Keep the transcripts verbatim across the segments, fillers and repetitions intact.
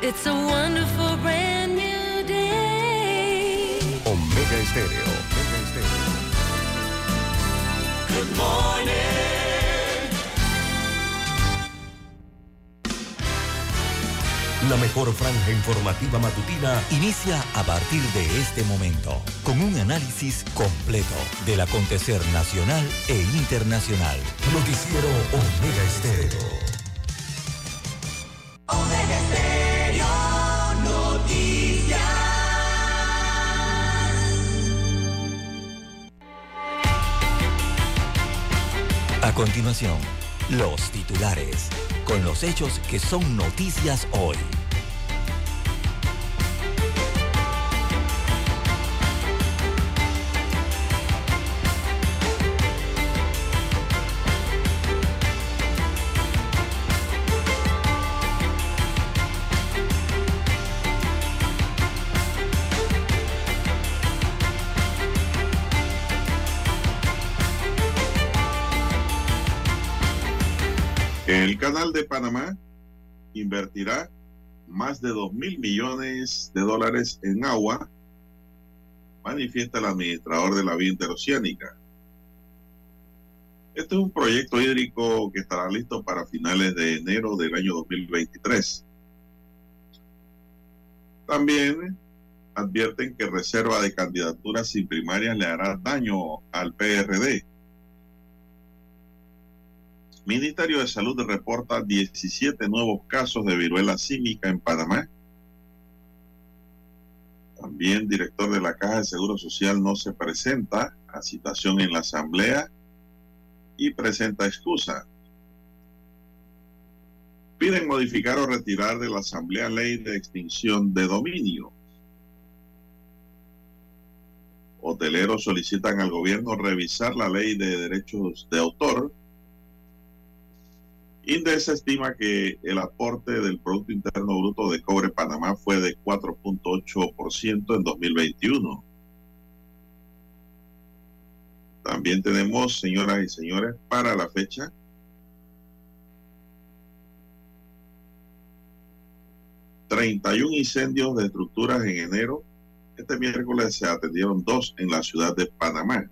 It's a wonderful brand new day. Omega Estéreo. Omega Estéreo. Good morning. La mejor franja informativa matutina inicia a partir de este momento con un análisis completo del acontecer nacional e internacional. Noticiero Omega Estéreo. Omega Estéreo Noticias. A continuación, los titulares, con los hechos que son noticias hoy. El Canal de Panamá invertirá más de dos mil millones de dólares en agua, manifiesta el administrador de la vía interoceánica. Este es un proyecto hídrico que estará listo para finales de enero del año dos mil veintitrés. También advierten que reserva de candidaturas sin primarias le hará daño al P R D. Ministerio de Salud reporta diecisiete nuevos casos de viruela símica en Panamá. También director de la Caja de Seguro Social no se presenta a citación en la Asamblea y presenta excusa. Piden modificar o retirar de la Asamblea ley de extinción de dominio. Hoteleros solicitan al gobierno revisar la ley de derechos de autor. Indesa estima que el aporte del Producto Interno Bruto de Cobre Panamá fue de cuatro punto ocho por ciento en dos mil veintiuno. También tenemos, señoras y señores, para la fecha, treinta y uno incendios de estructuras en enero. Este miércoles se atendieron dos en la ciudad de Panamá.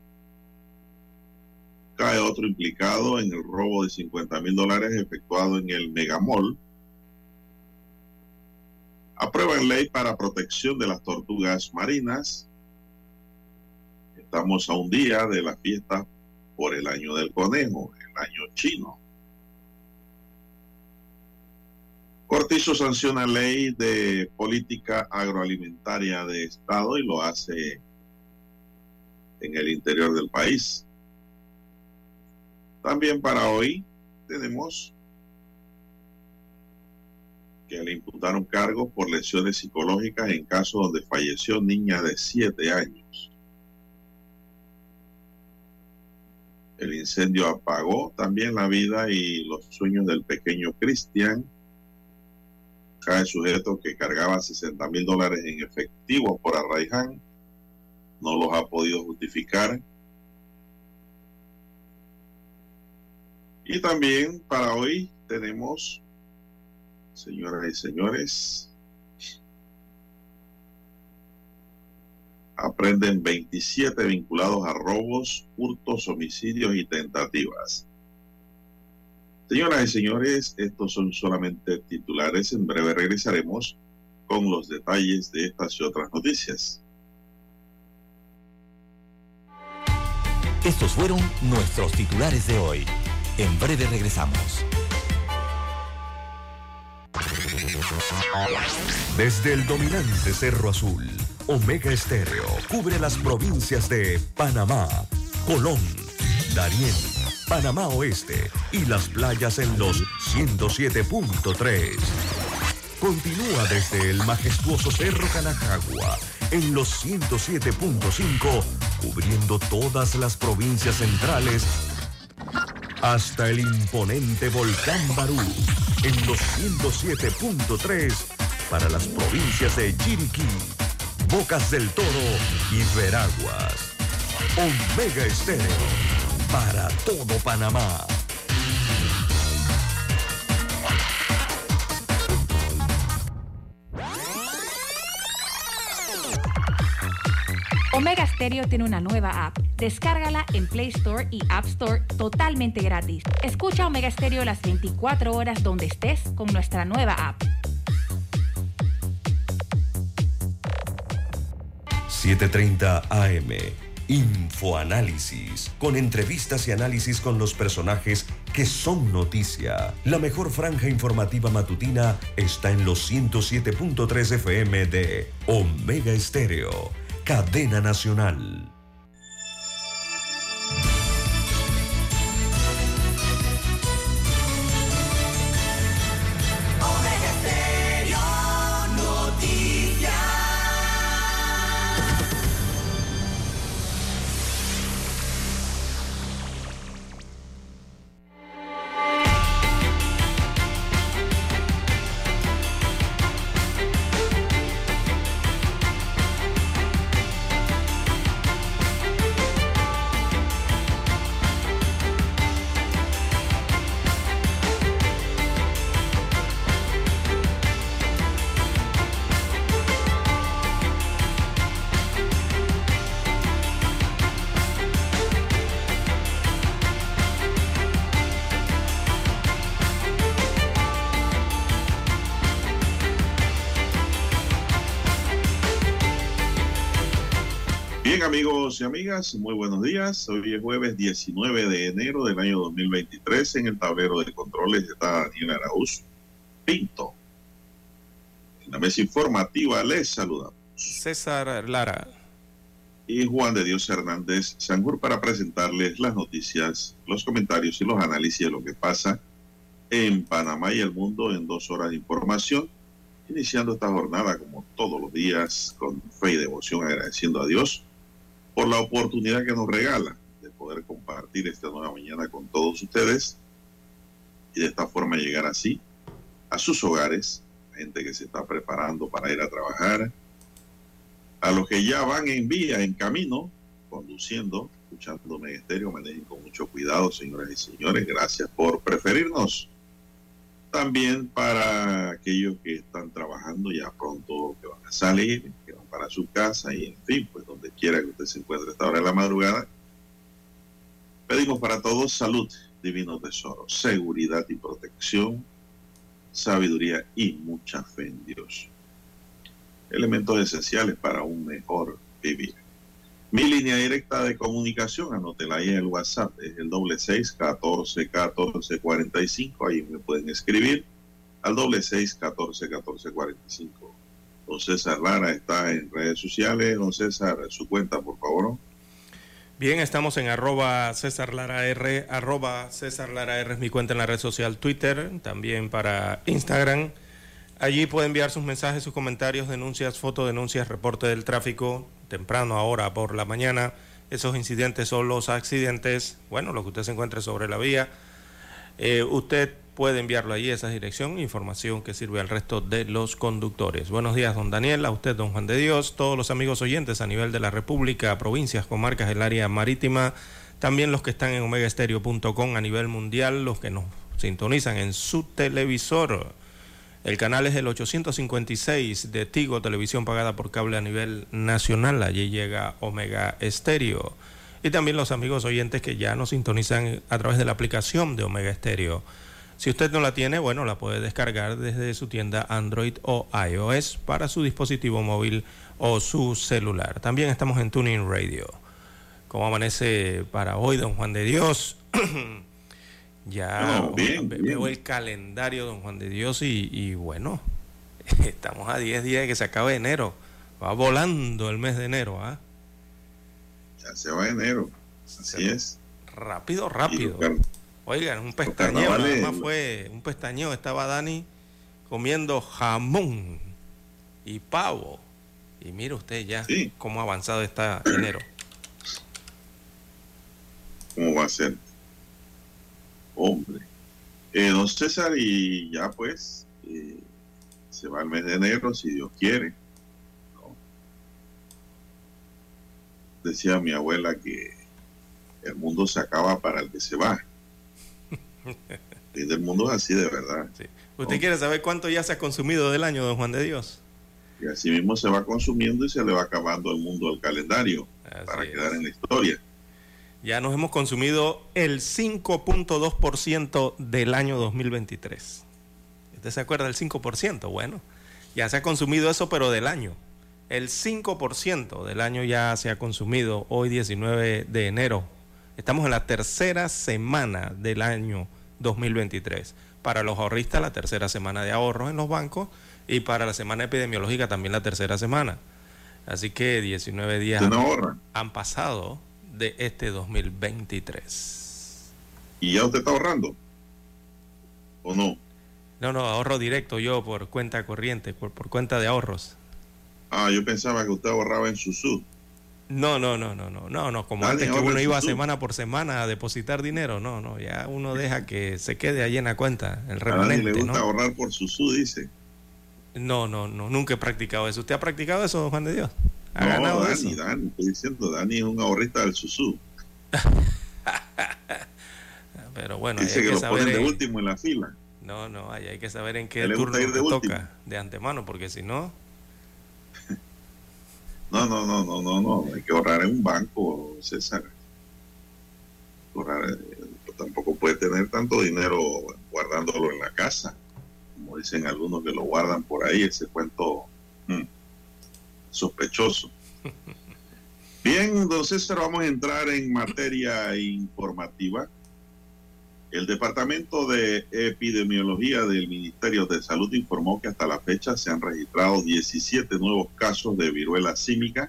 Cae otro implicado en el robo de cincuenta mil dólares efectuado en el Megamall. Aprueban ley para protección de las tortugas marinas. Estamos a un día de la fiesta por el año del conejo, el año chino. Cortizo sanciona ley de política agroalimentaria de Estado y lo hace en el interior del país. También para hoy tenemos que le imputaron cargos por lesiones psicológicas en caso donde falleció niña de siete años. El incendio apagó también la vida y los sueños del pequeño Cristian. Cae sujeto que cargaba sesenta mil dólares en efectivo por Arraiján. No los ha podido justificar. Y también para hoy tenemos, señoras y señores, aprenden veintisiete vinculados a robos, hurtos, homicidios y tentativas. Señoras y señores, estos son solamente titulares. En breve regresaremos con los detalles de estas y otras noticias. Estos fueron nuestros titulares de hoy. En breve regresamos. Desde el dominante Cerro Azul, Omega Estéreo cubre las provincias de Panamá, Colón, Darién, Panamá Oeste y las playas en los ciento siete punto tres. Continúa desde el majestuoso Cerro Canajagua en los ciento siete punto cinco, cubriendo todas las provincias centrales hasta el imponente Volcán Barú en los ciento siete punto tres para las provincias de Chiriquí, Bocas del Toro y Veraguas. Omega Estéreo para todo Panamá. Omega Stereo tiene una nueva app. Descárgala en Play Store y App Store totalmente gratis. Escucha Omega Stereo las veinticuatro horas donde estés con nuestra nueva app. siete treinta A M. Infoanálisis. Con entrevistas y análisis con los personajes que son noticia. La mejor franja informativa matutina está en los ciento siete punto tres F M de Omega Estéreo. Cadena Nacional. Omega Estéreo Noticias. Bien, amigos y amigas, muy buenos días. Hoy es jueves diecinueve de enero del año dos mil veintitrés. En el tablero de controles está Daniel Araúz Pinto. En la mesa informativa les saludamos César Lara y Juan de Dios Hernández Sanjur para presentarles las noticias, los comentarios y los análisis de lo que pasa en Panamá y el mundo en dos horas de información. Iniciando esta jornada como todos los días con fe y devoción, agradeciendo a Dios por la oportunidad que nos regala de poder compartir esta nueva mañana con todos ustedes y de esta forma llegar así a sus hogares, gente que se está preparando para ir a trabajar, a los que ya van en vía, en camino, conduciendo, escuchando Omega Estéreo. Manejen con mucho cuidado, señoras y señores. Gracias por preferirnos. También para aquellos que están trabajando ya pronto, que van a salir, que van para su casa y en fin, pues donde quiera que usted se encuentre a esta hora de la madrugada, pedimos para todos salud, divino tesoro, seguridad y protección, sabiduría y mucha fe en Dios. Elementos esenciales para un mejor vivir. Mi línea directa de comunicación, anótela ahí en el WhatsApp, es el doble seis, catorce, catorce, cuarenta y cinco. Ahí me pueden escribir al doble seis, catorce, catorce, cuarenta y cinco. Don César Lara está en redes sociales. Don César, su cuenta, por favor. Bien, estamos en arroba César Lara R, arroba César Lara R es mi cuenta en la red social Twitter, también para Instagram. Allí puede enviar sus mensajes, sus comentarios, denuncias, fotodenuncias, reporte del tráfico, temprano ahora por la mañana, esos incidentes o los accidentes, bueno, lo que usted se encuentre sobre la vía, eh, usted puede enviarlo allí, esa dirección, información que sirve al resto de los conductores. Buenos días, don Daniel, a usted, don Juan de Dios, todos los amigos oyentes a nivel de la República, provincias, comarcas, el área marítima, también los que están en omega estéreo punto com a nivel mundial, los que nos sintonizan en su televisor. El canal es el ochocientos cincuenta y seis de Tigo, televisión pagada por cable a nivel nacional. Allí llega Omega Estéreo. Y también los amigos oyentes que ya nos sintonizan a través de la aplicación de Omega Estéreo. Si usted no la tiene, bueno, la puede descargar desde su tienda Android o iOS para su dispositivo móvil o su celular. También estamos en Tuning Radio. ¿Cómo amanece para hoy, don Juan de Dios? Ya no, bien, ve, bien. veo el calendario, don Juan de Dios, y, y bueno, estamos a diez días de que se acabe enero. Va volando el mes de enero, ¿ah? Ya se va enero, así Se, es. Rápido, rápido. Y, Oigan, un pestañeo, carnavales, nada más fue un pestañeo. Estaba Dani comiendo jamón y pavo. Y mire usted ya sí, cómo ha avanzado está enero. ¿cómo va a ser? Hombre, eh, don César, y ya pues eh, se va el mes de enero, si Dios quiere, ¿no? Decía mi abuela que el mundo se acaba para el que se va. Y del mundo es así de verdad. Sí. ¿Usted ¿no? quiere saber cuánto ya se ha consumido del año, don Juan de Dios? Y así mismo se va consumiendo y se le va acabando el mundo del calendario Así para es. quedar en la historia. Ya nos hemos consumido el cinco punto dos por ciento del año dos mil veintitrés. ¿Usted se acuerda del cinco por ciento? Bueno, ya se ha consumido eso, pero del año. El cinco por ciento del año ya se ha consumido hoy diecinueve de enero. Estamos en la tercera semana del año dos mil veintitrés. Para los ahorristas, la tercera semana de ahorros en los bancos, y para la semana epidemiológica también la tercera semana. Así que diecinueve días ¿Usted no ahorra? han pasado de este dos mil veintitrés. ¿Y ya usted está ahorrando? ¿O no? No, no, ahorro directo yo por cuenta corriente, por, por cuenta de ahorros. Ah, yo pensaba que usted ahorraba en Susú. No, no, no, no, no, no, no, como Dale, antes que ahorra uno en iba Susú. semana por semana a depositar dinero, no, no, ya uno deja que se quede allí en la cuenta, el A nadie remanente, le gusta ¿no? ahorrar por Susú, dice. No, no, no, nunca he practicado eso. ¿Usted ha practicado eso, Juan de Dios? ¿Ha No, ganado de Dani, eso? Dani, estoy diciendo, Dani es un ahorrista del Susú. Pero bueno, ahí Dice hay que que lo saber ponen de en- último en la fila. No, no, ahí hay que saber en qué ¿Le gusta turno ir de te último? toca de antemano, porque si no, No, no, no, no, no, no. Hay que ahorrar en un banco, César. Ahorrar, eh, tampoco puede tener tanto dinero guardándolo en la casa. Como dicen algunos que lo guardan por ahí, ese cuento mm, sospechoso. Bien, don César, vamos a entrar en materia informativa. El Departamento de Epidemiología del Ministerio de Salud informó que hasta la fecha se han registrado diecisiete nuevos casos de viruela símica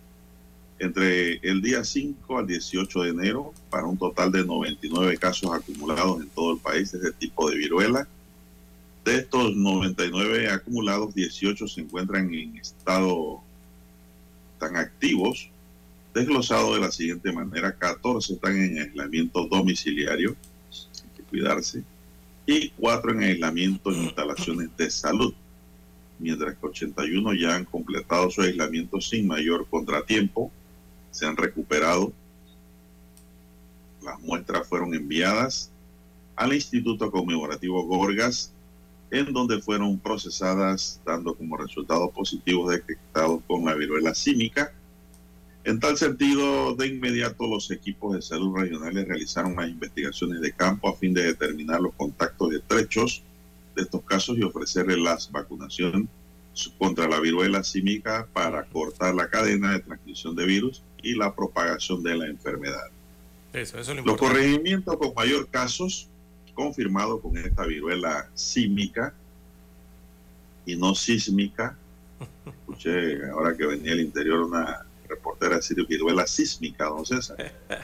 entre el día cinco al dieciocho de enero, para un total de noventa y nueve casos acumulados en todo el país de este tipo de viruela. De estos noventa y nueve acumulados, dieciocho se encuentran en estado tan activos, desglosado de la siguiente manera: catorce están en aislamiento domiciliario, cuidarse, y cuatro en aislamiento en instalaciones de salud, mientras que ochenta y uno ya han completado su aislamiento sin mayor contratiempo, se han recuperado. Las muestras fueron enviadas al Instituto Conmemorativo Gorgas, en donde fueron procesadas, dando como resultados positivos detectados con la viruela símica. En tal sentido, de inmediato los equipos de salud regionales realizaron las investigaciones de campo a fin de determinar los contactos estrechos de estos casos y ofrecerles las vacunaciones contra la viruela símica para cortar la cadena de transmisión de virus y la propagación de la enfermedad. eso, eso es lo Los importante. corregimientos con mayor casos confirmados con esta viruela símica y no sísmica. Escuché ahora que venía al interior una reportera decir viruela sísmica, don César.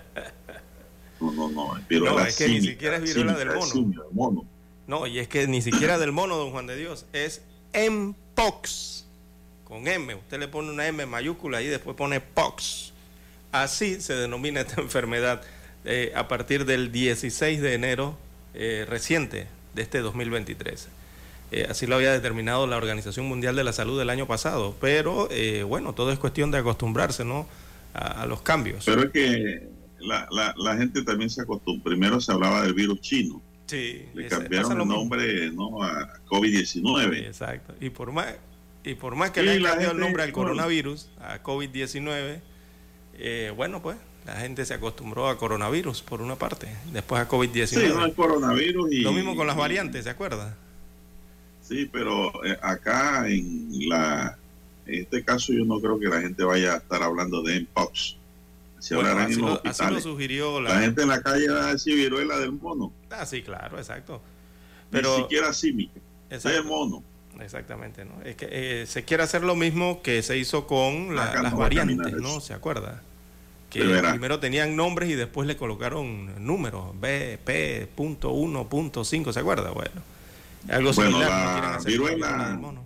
No, no, no, es viruela No, es que ni símica, siquiera es viruela símica, del mono. es simio, mono. No, y es que ni siquiera del mono, don Juan de Dios, es Mpox, con M. Usted le pone una M mayúscula y después pone Pox. Así se denomina esta enfermedad eh, a partir del dieciséis de enero eh, reciente de este dos mil veintitrés. Eh, así lo había determinado la Organización Mundial de la Salud del año pasado, pero eh, bueno, todo es cuestión de acostumbrarse, ¿no?, a, a los cambios. Pero es que la, la, la gente también se acostumbra. Primero se hablaba del virus chino. Sí, Le ese- cambiaron pasa lo el mismo. nombre, ¿no?, a COVID diecinueve. Exacto. Y por más, y por más que Y le hayan la cambiado el gente- nombre al coronavirus, a COVID diecinueve, eh, bueno, pues la gente se acostumbró a coronavirus por una parte, después a COVID Sí, diecinueve. no es coronavirus. Y, Lo mismo con las variantes, ¿se acuerda? Sí, pero eh, acá en la en este caso yo no creo que la gente vaya a estar hablando de Mpox. Se Bueno, hablarán así, en los lo, así lo hospitales. sugirió La la... gente en la calle va a decir viruela del mono. Ah, sí, claro, exacto. Ni Pero, siquiera símica. exacto, Del mono. exactamente, ¿no? Es que eh, se quiere hacer lo mismo que se hizo con la- Acá las no va a caminar variantes, eso. ¿no? ¿Se acuerda? Que Pero verá. primero tenían nombres y después le colocaron números, B P punto uno punto cinco, ¿se acuerda? Bueno, algo Bueno, similar, la no quieren hacer con la viruela- viruela del mono.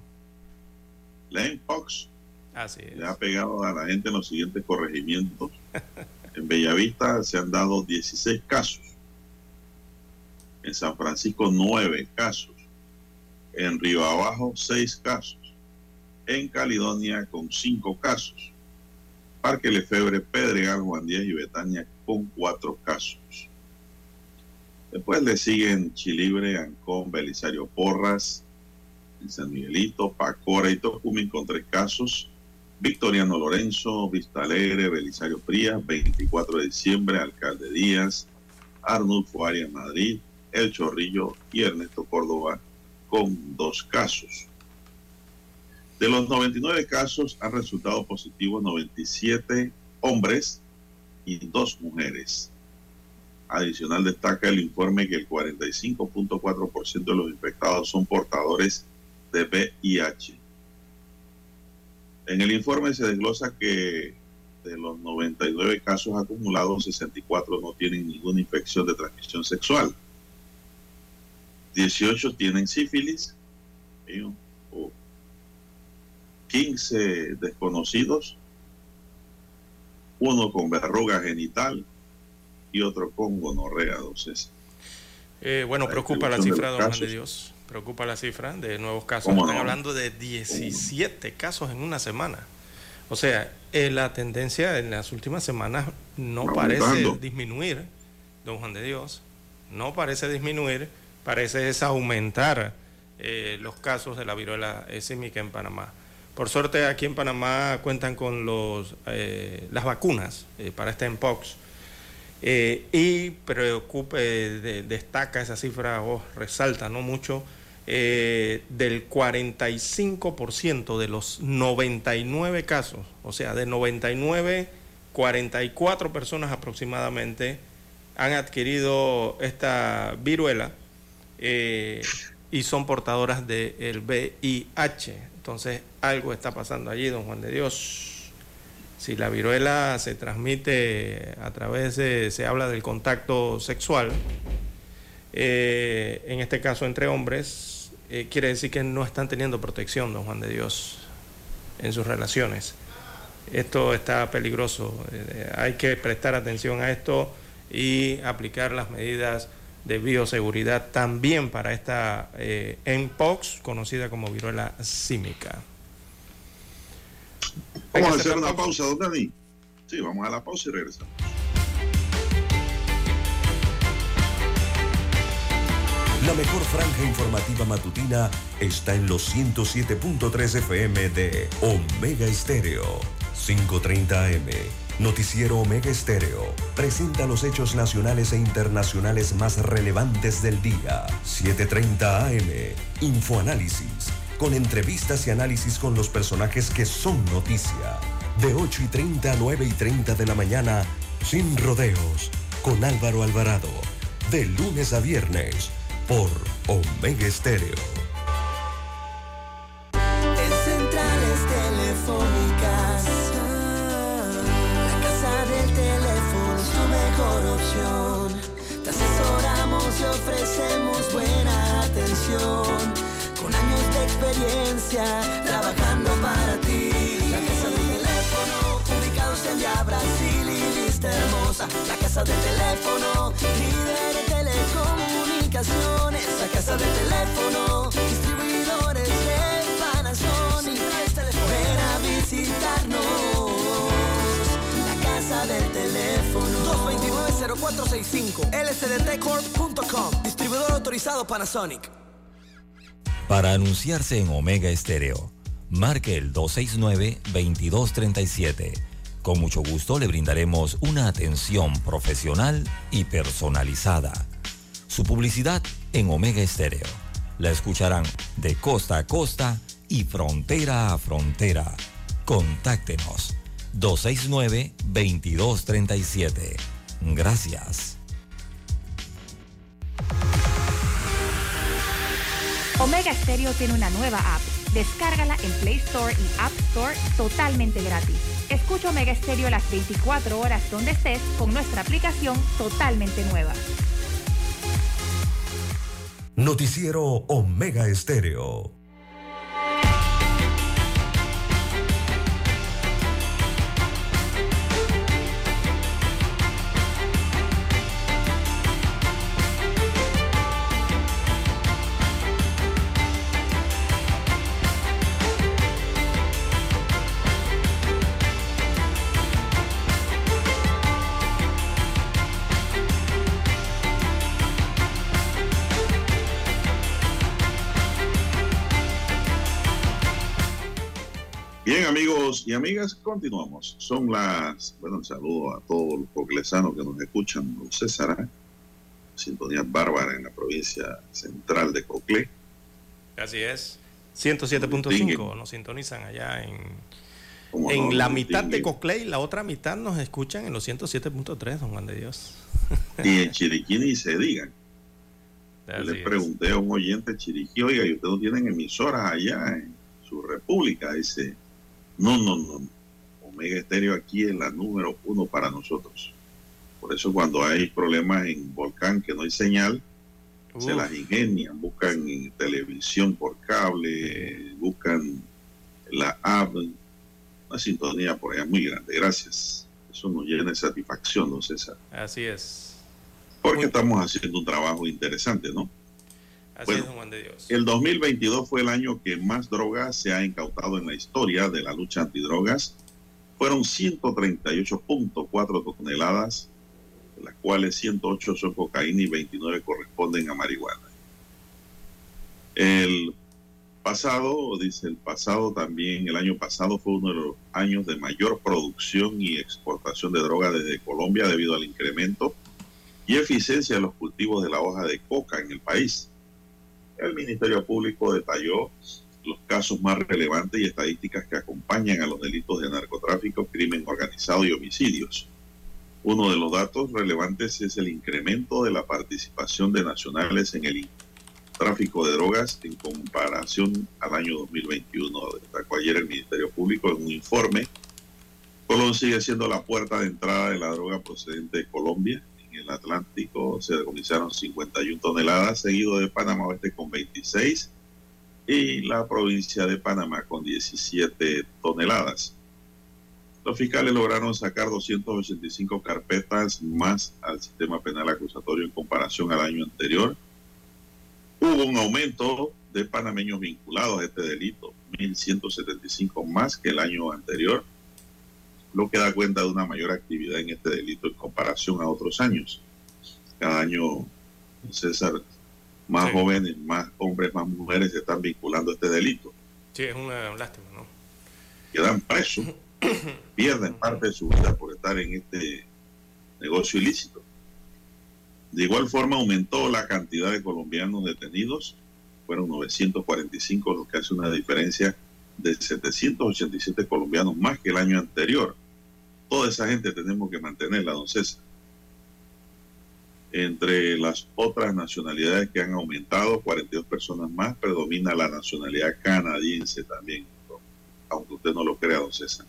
La Mpox Así es. le ha pegado a la gente en los siguientes corregimientos. En Bellavista se han dado dieciséis casos. En San Francisco, nueve casos. En Río Abajo, seis casos. En Caledonia, con cinco casos. Parque Lefebvre, Pedregal, Juan Díaz y Betania, con cuatro casos. Después le siguen Chilibre, Ancón, Belisario Porras, en San Miguelito, Pacora y Tocumen con tres casos, Victoriano Lorenzo, Vista Alegre, Belisario Frías, veinticuatro de diciembre, Alcalde Díaz, Arnulfo Arias Madrid, El Chorrillo y Ernesto Córdoba con dos casos. De los noventa y nueve casos han resultado positivos noventa y siete hombres y dos mujeres. Adicional, destaca el informe que el cuarenta y cinco punto cuatro por ciento de los infectados son portadores de V I H. En el informe se desglosa que de los noventa y nueve casos acumulados, sesenta y cuatro no tienen ninguna infección de transmisión sexual. dieciocho tienen sífilis, quince desconocidos, uno con verruga genital y otro con gonorrea, entonces. Eh, bueno, preocupa la cifra, don Juan de Dios. Preocupa la cifra de nuevos casos. Están no? hablando de diecisiete casos en una semana. O sea, eh, la tendencia en las últimas semanas no Aumentando. parece disminuir, don Juan de Dios. No parece disminuir, parece es aumentar eh, los casos de la viruela símica en Panamá. Por suerte, aquí en Panamá cuentan con los eh, las vacunas eh, para este Mpox. Eh, y preocupe, de, destaca esa cifra, oh, resalta no mucho, eh, del cuarenta y cinco por ciento de los noventa y nueve casos, o sea, de noventa y nueve, cuarenta y cuatro personas aproximadamente han adquirido esta viruela eh, y son portadoras del V I H. Entonces, algo está pasando allí, don Juan de Dios. Si la viruela se transmite a través de, se habla del contacto sexual, eh, en este caso entre hombres, eh, quiere decir que no están teniendo protección, don Juan de Dios, en sus relaciones. Esto está peligroso. Eh, hay que prestar atención a esto y aplicar las medidas de bioseguridad también para esta eh, Mpox, conocida como viruela símica. Vamos a hacer una pausa, don Dani. Sí, vamos a la pausa y regresamos. La mejor franja informativa matutina está en los ciento siete punto tres F M de Omega Estéreo. cinco treinta A M. Noticiero Omega Estéreo presenta los hechos nacionales e internacionales más relevantes del día. siete treinta A M. Infoanálisis, con entrevistas y análisis con los personajes que son noticia. De ocho y treinta a nueve y treinta de la mañana, Sin Rodeos, con Álvaro Alvarado. De lunes a viernes, por Omega Estéreo. En centrales telefónicas, la casa del teléfono es tu mejor opción. Te asesoramos y ofrecemos buena atención. Con años de experiencia, trabajando para ti. La casa del teléfono, ubicados en Via Brasil y Vista Hermosa. La casa del teléfono, líder de telecomunicaciones. La casa del teléfono, distribuidores de Panasonic. Ven a visitarnos. La casa del teléfono. dos dos nueve, cero cuatro seis cinco. L S D T corp punto com. Distribuidor autorizado Panasonic. Para anunciarse en Omega Estéreo, marque el dos seis nueve, veintidós treinta y siete. Con mucho gusto le brindaremos una atención profesional y personalizada. Su publicidad en Omega Estéreo. La escucharán de costa a costa y frontera a frontera. Contáctenos dos seis nueve, veintidós treinta y siete. Gracias. Omega Stereo tiene una nueva app. Descárgala en Play Store y App Store totalmente gratis. Escucha Omega Stereo las veinticuatro horas donde estés con nuestra aplicación totalmente nueva. Noticiero Omega Estéreo. Bien, amigos y amigas, continuamos. Son las, bueno, un saludo a todos los coclesanos que nos escuchan, don César, ¿eh? Sintonía bárbara en la provincia central de Coclé. Así es. ciento siete punto cinco nos sintonizan allá en, en no, la no mitad distingue. de Coclé y la otra mitad nos escuchan en los ciento siete punto tres, don Juan de Dios. Y en Chiriquí ni se digan. Yo Así le es. pregunté a un oyente de Chiriquí, oiga, ¿y ustedes no tienen emisoras allá en su república? Dice, no, no, no. Omega Estéreo aquí es la número uno para nosotros. Por eso cuando hay problemas en Volcán que no hay señal, Uf. se las ingenian, buscan en televisión por cable, buscan la app, una sintonía por allá muy grande. Gracias. Eso nos llena de satisfacción, don César. Así es. Porque Muy- estamos haciendo un trabajo interesante, ¿no? Así Bueno, es, don Juan de Dios. El dos mil veintidós fue el año que más drogas se ha incautado en la historia de la lucha antidrogas. Fueron ciento treinta y ocho punto cuatro toneladas, de las cuales ciento ocho son cocaína y veintinueve corresponden a marihuana. El pasado, dice el pasado también, el año pasado fue uno de los años de mayor producción y exportación de droga desde Colombia debido al incremento y eficiencia de los cultivos de la hoja de coca en el país. El Ministerio Público detalló los casos más relevantes y estadísticas que acompañan a los delitos de narcotráfico, crimen organizado y homicidios. Uno de los datos relevantes es el incremento de la participación de nacionales en el tráfico de drogas en comparación al año dos mil veintiuno. Destacó ayer el Ministerio Público en un informe. Colón sigue siendo la puerta de entrada de la droga procedente de Colombia. En el Atlántico se decomisaron cincuenta y una toneladas, seguido de Panamá Oeste con veintiséis y la provincia de Panamá con diecisiete toneladas. Los fiscales lograron sacar doscientas ochenta y cinco carpetas más al sistema penal acusatorio en comparación al año anterior. Hubo un aumento de panameños vinculados a este delito, mil ciento setenta y cinco más que el año anterior, lo que da cuenta de una mayor actividad en este delito en comparación a otros años. Cada año, César, más Sí. jóvenes, más hombres, más mujeres se están vinculando a este delito. Sí, es una lástima, ¿no? Quedan presos, pierden parte de su vida por estar en este negocio ilícito. De igual forma aumentó la cantidad de colombianos detenidos, fueron novecientos cuarenta y cinco, lo que hace una diferencia de setecientos ochenta y siete colombianos más que el año anterior. Toda esa gente tenemos que mantenerla, don César. Entre las otras nacionalidades que han aumentado, cuarenta y dos personas más, predomina la nacionalidad canadiense también, aunque usted no lo crea, don César.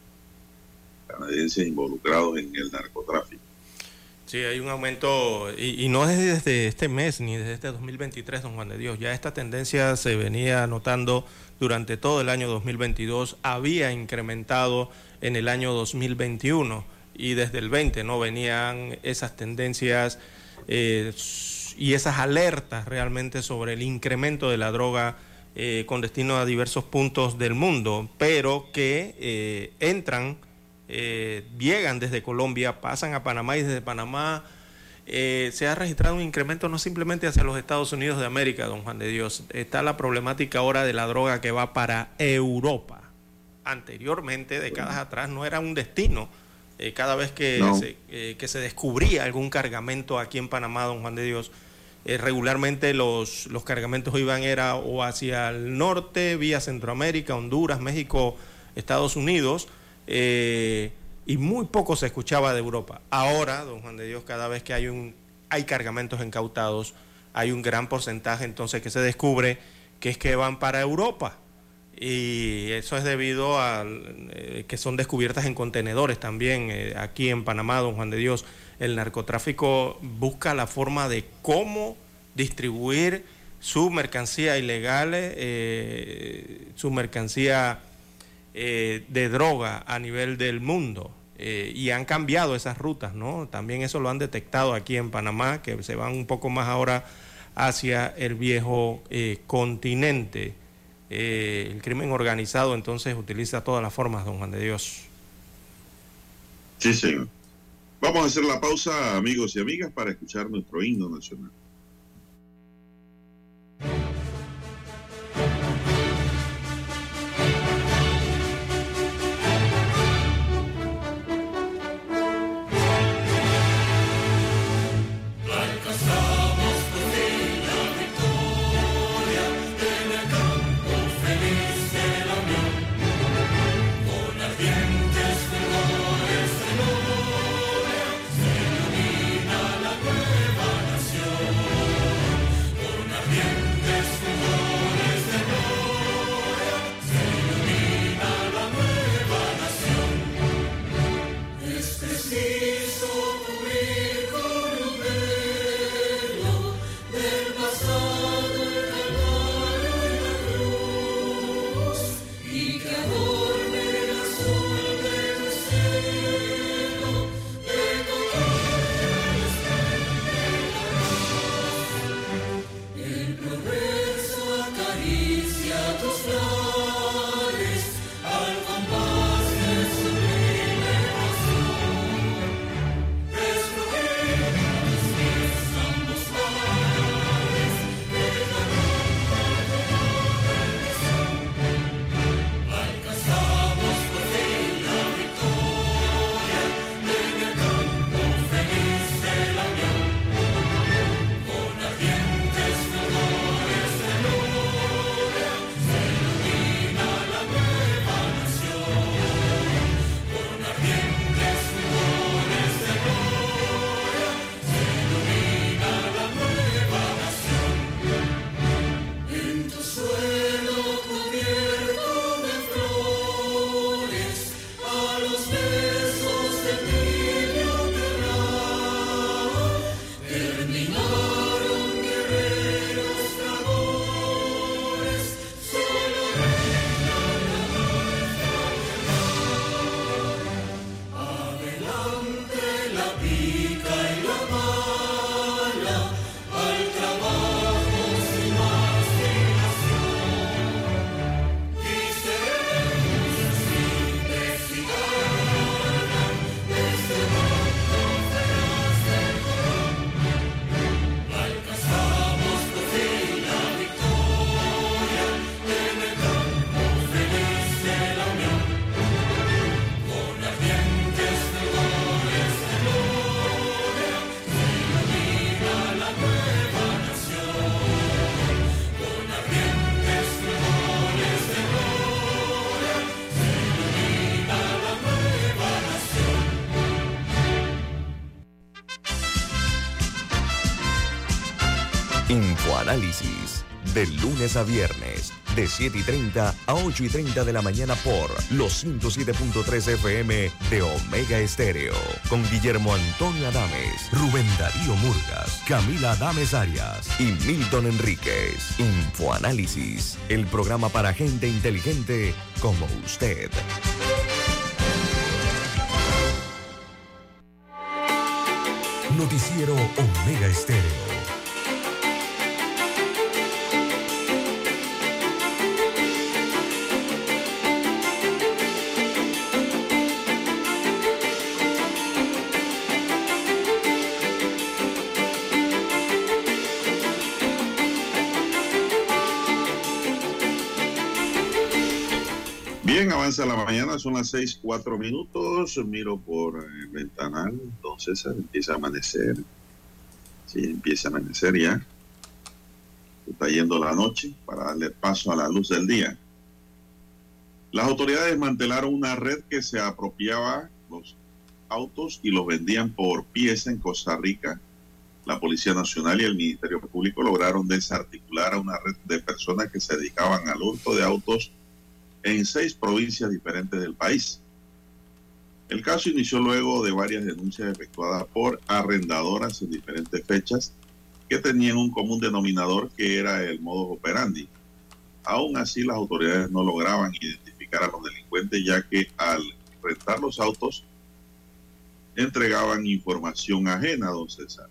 Canadienses involucrados en el narcotráfico. Sí, hay un aumento, y, y no es desde este mes ni desde este dos mil veintitrés, don Juan de Dios. Ya esta tendencia se venía notando durante todo el año dos mil veintidós, había incrementado en el año dos mil veintiuno y desde el veinte no venían esas tendencias eh, y esas alertas realmente sobre el incremento de la droga eh, con destino a diversos puntos del mundo, pero que eh, entran. Eh, llegan desde Colombia, pasan a Panamá y desde Panamá eh, se ha registrado un incremento no simplemente hacia los Estados Unidos de América, don Juan de Dios. Está la problemática ahora de la droga que va para Europa. Anteriormente, décadas atrás, no era un destino. Eh, cada vez que, No. se, eh, que se descubría algún cargamento aquí en Panamá, don Juan de Dios, eh, regularmente los, los cargamentos iban era o hacia el norte, vía Centroamérica, Honduras, México, Estados Unidos, Eh, y muy poco se escuchaba de Europa. Ahora, don Juan de Dios, cada vez que hay un hay cargamentos incautados, hay un gran porcentaje entonces que se descubre que es que van para Europa. Y eso es debido a eh, que son descubiertas en contenedores también. Eh, aquí en Panamá, don Juan de Dios, el narcotráfico busca la forma de cómo distribuir su mercancía ilegal, eh, su mercancía Eh, de droga a nivel del mundo, eh, y han cambiado esas rutas, ¿no? También eso lo han detectado aquí en Panamá, que se van un poco más ahora hacia el viejo eh, continente. Eh, el crimen organizado entonces utiliza todas las formas, don Juan de Dios. Sí, señor. Vamos a hacer la pausa, amigos y amigas, para escuchar nuestro himno nacional. Infoanálisis, de lunes a viernes, de siete y treinta a ocho y treinta de la mañana por los ciento siete punto tres F M de Omega Estéreo, con Guillermo Antonio Adames, Rubén Darío Murgas, Camila Adames Arias y Milton Enríquez. Infoanálisis, el programa para gente inteligente como usted. Noticiero Omega Estéreo. Bien, avanza la mañana, son las seis, cuatro minutos, miro por el ventanal, don César, empieza a amanecer, sí, empieza a amanecer ya, está yendo la noche para darle paso a la luz del día. Las autoridades desmantelaron una red que se apropiaba los autos y los vendían por pieza en Costa Rica. La Policía Nacional y el Ministerio Público lograron desarticular a una red de personas que se dedicaban al hurto de autos en seis provincias diferentes del país. El caso inició luego de varias denuncias efectuadas por arrendadoras en diferentes fechas que tenían un común denominador que era el modus operandi. Aún así, las autoridades no lograban identificar a los delincuentes, ya que al rentar los autos entregaban información ajena, don César.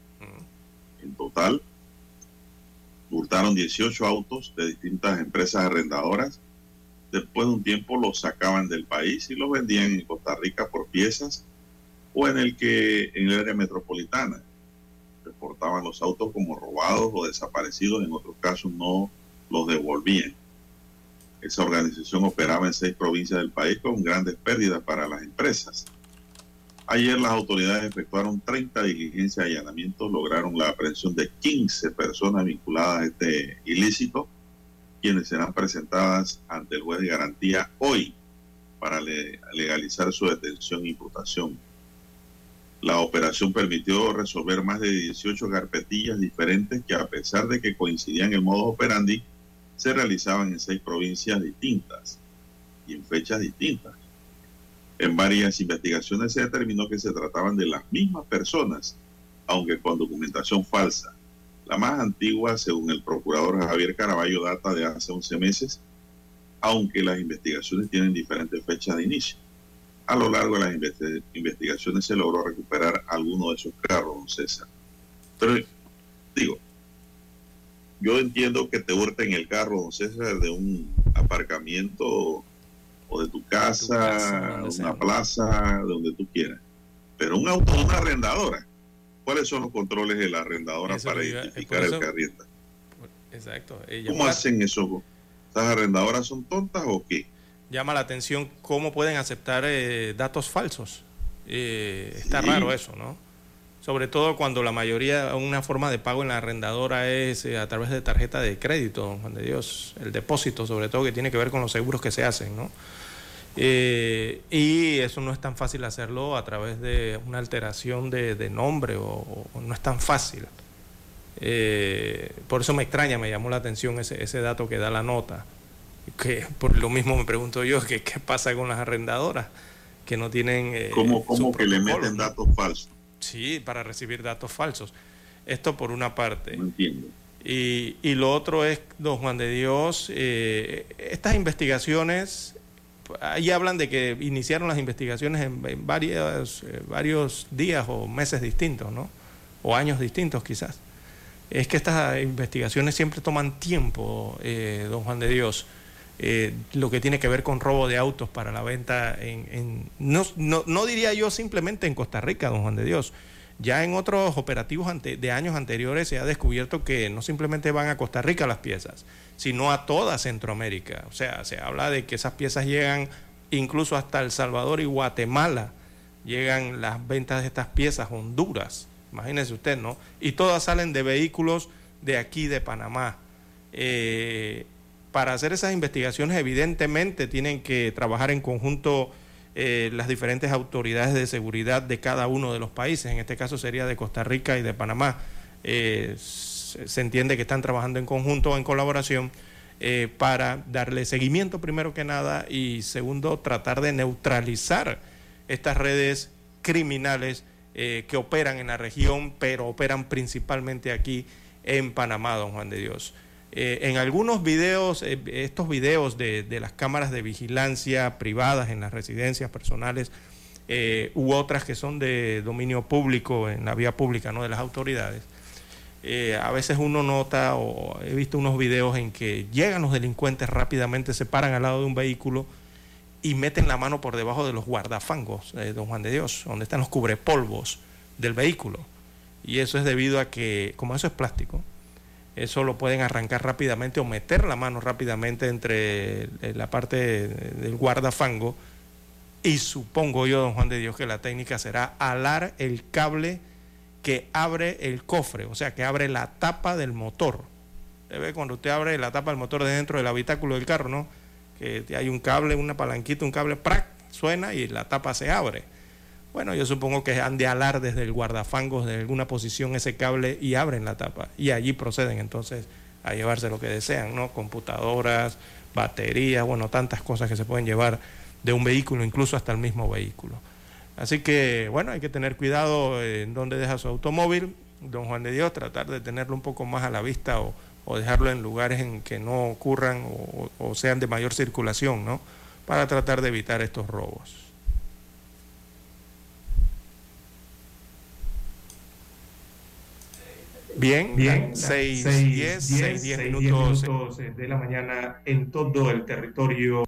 En total, hurtaron dieciocho autos de distintas empresas arrendadoras. Después de un tiempo los sacaban del país y los vendían en Costa Rica por piezas o en el que en el área metropolitana. Reportaban los autos como robados o desaparecidos, en otros casos no los devolvían. Esa organización operaba en seis provincias del país con grandes pérdidas para las empresas. Ayer las autoridades efectuaron treinta diligencias de allanamiento, lograron la aprehensión de quince personas vinculadas a este ilícito, quienes serán presentadas ante el juez de garantía hoy para le legalizar su detención e imputación. La operación permitió resolver más de dieciocho carpetillas diferentes que, a pesar de que coincidían en modus operandi, se realizaban en seis provincias distintas y en fechas distintas. En varias investigaciones se determinó que se trataban de las mismas personas, aunque con documentación falsa. La más antigua, según el procurador Javier Caraballo, data de hace once meses, aunque las investigaciones tienen diferentes fechas de inicio. A lo largo de las investi- investigaciones se logró recuperar algunos de esos carros, don César. Pero, digo, yo entiendo que te hurten el carro, don César, de un aparcamiento o de tu casa, tu casa una sea. plaza, de donde tú quieras. Pero un auto de una arrendadora, ¿cuáles son los controles de la arrendadora eso para iba, identificar eso, el que arrienda? Exacto. ¿Cómo la, hacen eso? ¿Esas arrendadoras son tontas o qué? Llama la atención cómo pueden aceptar eh, datos falsos. Eh, está sí. raro eso, ¿no? Sobre todo cuando la mayoría, una forma de pago en la arrendadora es eh, a través de tarjeta de crédito, don Juan de Dios, el depósito, sobre todo, que tiene que ver con los seguros que se hacen, ¿no? Eh, y eso no es tan fácil hacerlo a través de una alteración de, de nombre o, o no es tan fácil. Eh, por eso me extraña, me llamó la atención ese, ese dato que da la nota, que por lo mismo me pregunto yo, que qué pasa con las arrendadoras que no tienen eh, ¿Cómo, cómo que le meten ¿no? datos falsos? Sí, para recibir datos falsos. Esto por una parte. No entiendo. Y, y lo otro es, don Juan de Dios, eh, estas investigaciones, ahí hablan de que iniciaron las investigaciones en, en varios, eh, varios días o meses distintos, ¿no? O años distintos quizás. Es que estas investigaciones siempre toman tiempo, eh, don Juan de Dios. Eh, lo que tiene que ver con robo de autos para la venta en, en no, no, no diría yo simplemente en Costa Rica, don Juan de Dios. Ya en otros operativos ante, de años anteriores se ha descubierto que no simplemente van a Costa Rica las piezas, sino a toda Centroamérica. O sea, se habla de que esas piezas llegan incluso hasta El Salvador y Guatemala. Llegan las ventas de estas piezas a Honduras. Imagínese usted, ¿no? Y todas salen de vehículos de aquí, de Panamá. Eh, para hacer esas investigaciones, evidentemente, tienen que trabajar en conjunto eh, las diferentes autoridades de seguridad de cada uno de los países. En este caso sería de Costa Rica y de Panamá. Eh, se, se entiende que están trabajando en conjunto o en colaboración eh, para darle seguimiento primero que nada y segundo tratar de neutralizar estas redes criminales eh, que operan en la región, pero operan principalmente aquí en Panamá, don Juan de Dios. Eh, en algunos videos, eh, estos videos de, de las cámaras de vigilancia privadas en las residencias personales eh, u otras que son de dominio público, en la vía pública, ¿no?, de las autoridades, eh, a veces uno nota, o he visto unos videos en que llegan los delincuentes rápidamente, se paran al lado de un vehículo y meten la mano por debajo de los guardafangos, eh, don Juan de Dios, donde están los cubrepolvos del vehículo. Y eso es debido a que, como eso es plástico, eso lo pueden arrancar rápidamente o meter la mano rápidamente entre la parte del guardafango. Y supongo yo, don Juan de Dios, que la técnica será alar el cable que abre el cofre, o sea, que abre la tapa del motor. ¿Se ve cuando usted abre la tapa del motor de dentro del habitáculo del carro, no? Que hay un cable, una palanquita, un cable, ¡prac!, suena y la tapa se abre. Bueno, yo supongo que han de alar desde el guardafangos de alguna posición ese cable y abren la tapa. Y allí proceden entonces a llevarse lo que desean, ¿no? Computadoras, baterías, bueno, tantas cosas que se pueden llevar de un vehículo, incluso hasta el mismo vehículo. Así que, bueno, hay que tener cuidado en dónde deja su automóvil, don Juan de Dios, tratar de tenerlo un poco más a la vista o, o dejarlo en lugares en que no ocurran o, o sean de mayor circulación, ¿no?, para tratar de evitar estos robos. Bien, bien, seis diez, seis diez minutos de la mañana en todo el territorio.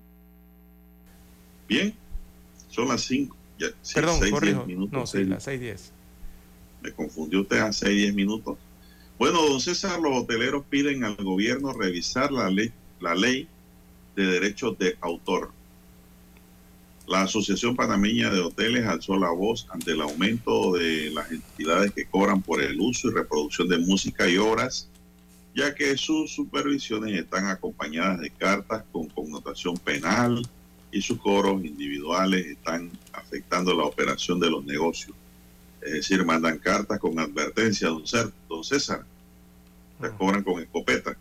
Bien, son las cinco. Ya, sí, Perdón, seis, corrijo. Minutos, no, sí, seis, las seis diez. Me confundió usted a seis diez minutos. Bueno, don César, los hoteleros piden al gobierno revisar la ley, la ley de derechos de autor. La Asociación Panameña de Hoteles alzó la voz ante el aumento de las entidades que cobran por el uso y reproducción de música y obras, ya que sus supervisiones están acompañadas de cartas con connotación penal y sus cobros individuales están afectando la operación de los negocios. Es decir, mandan cartas con advertencia, don César, don César, les cobran con escopeta.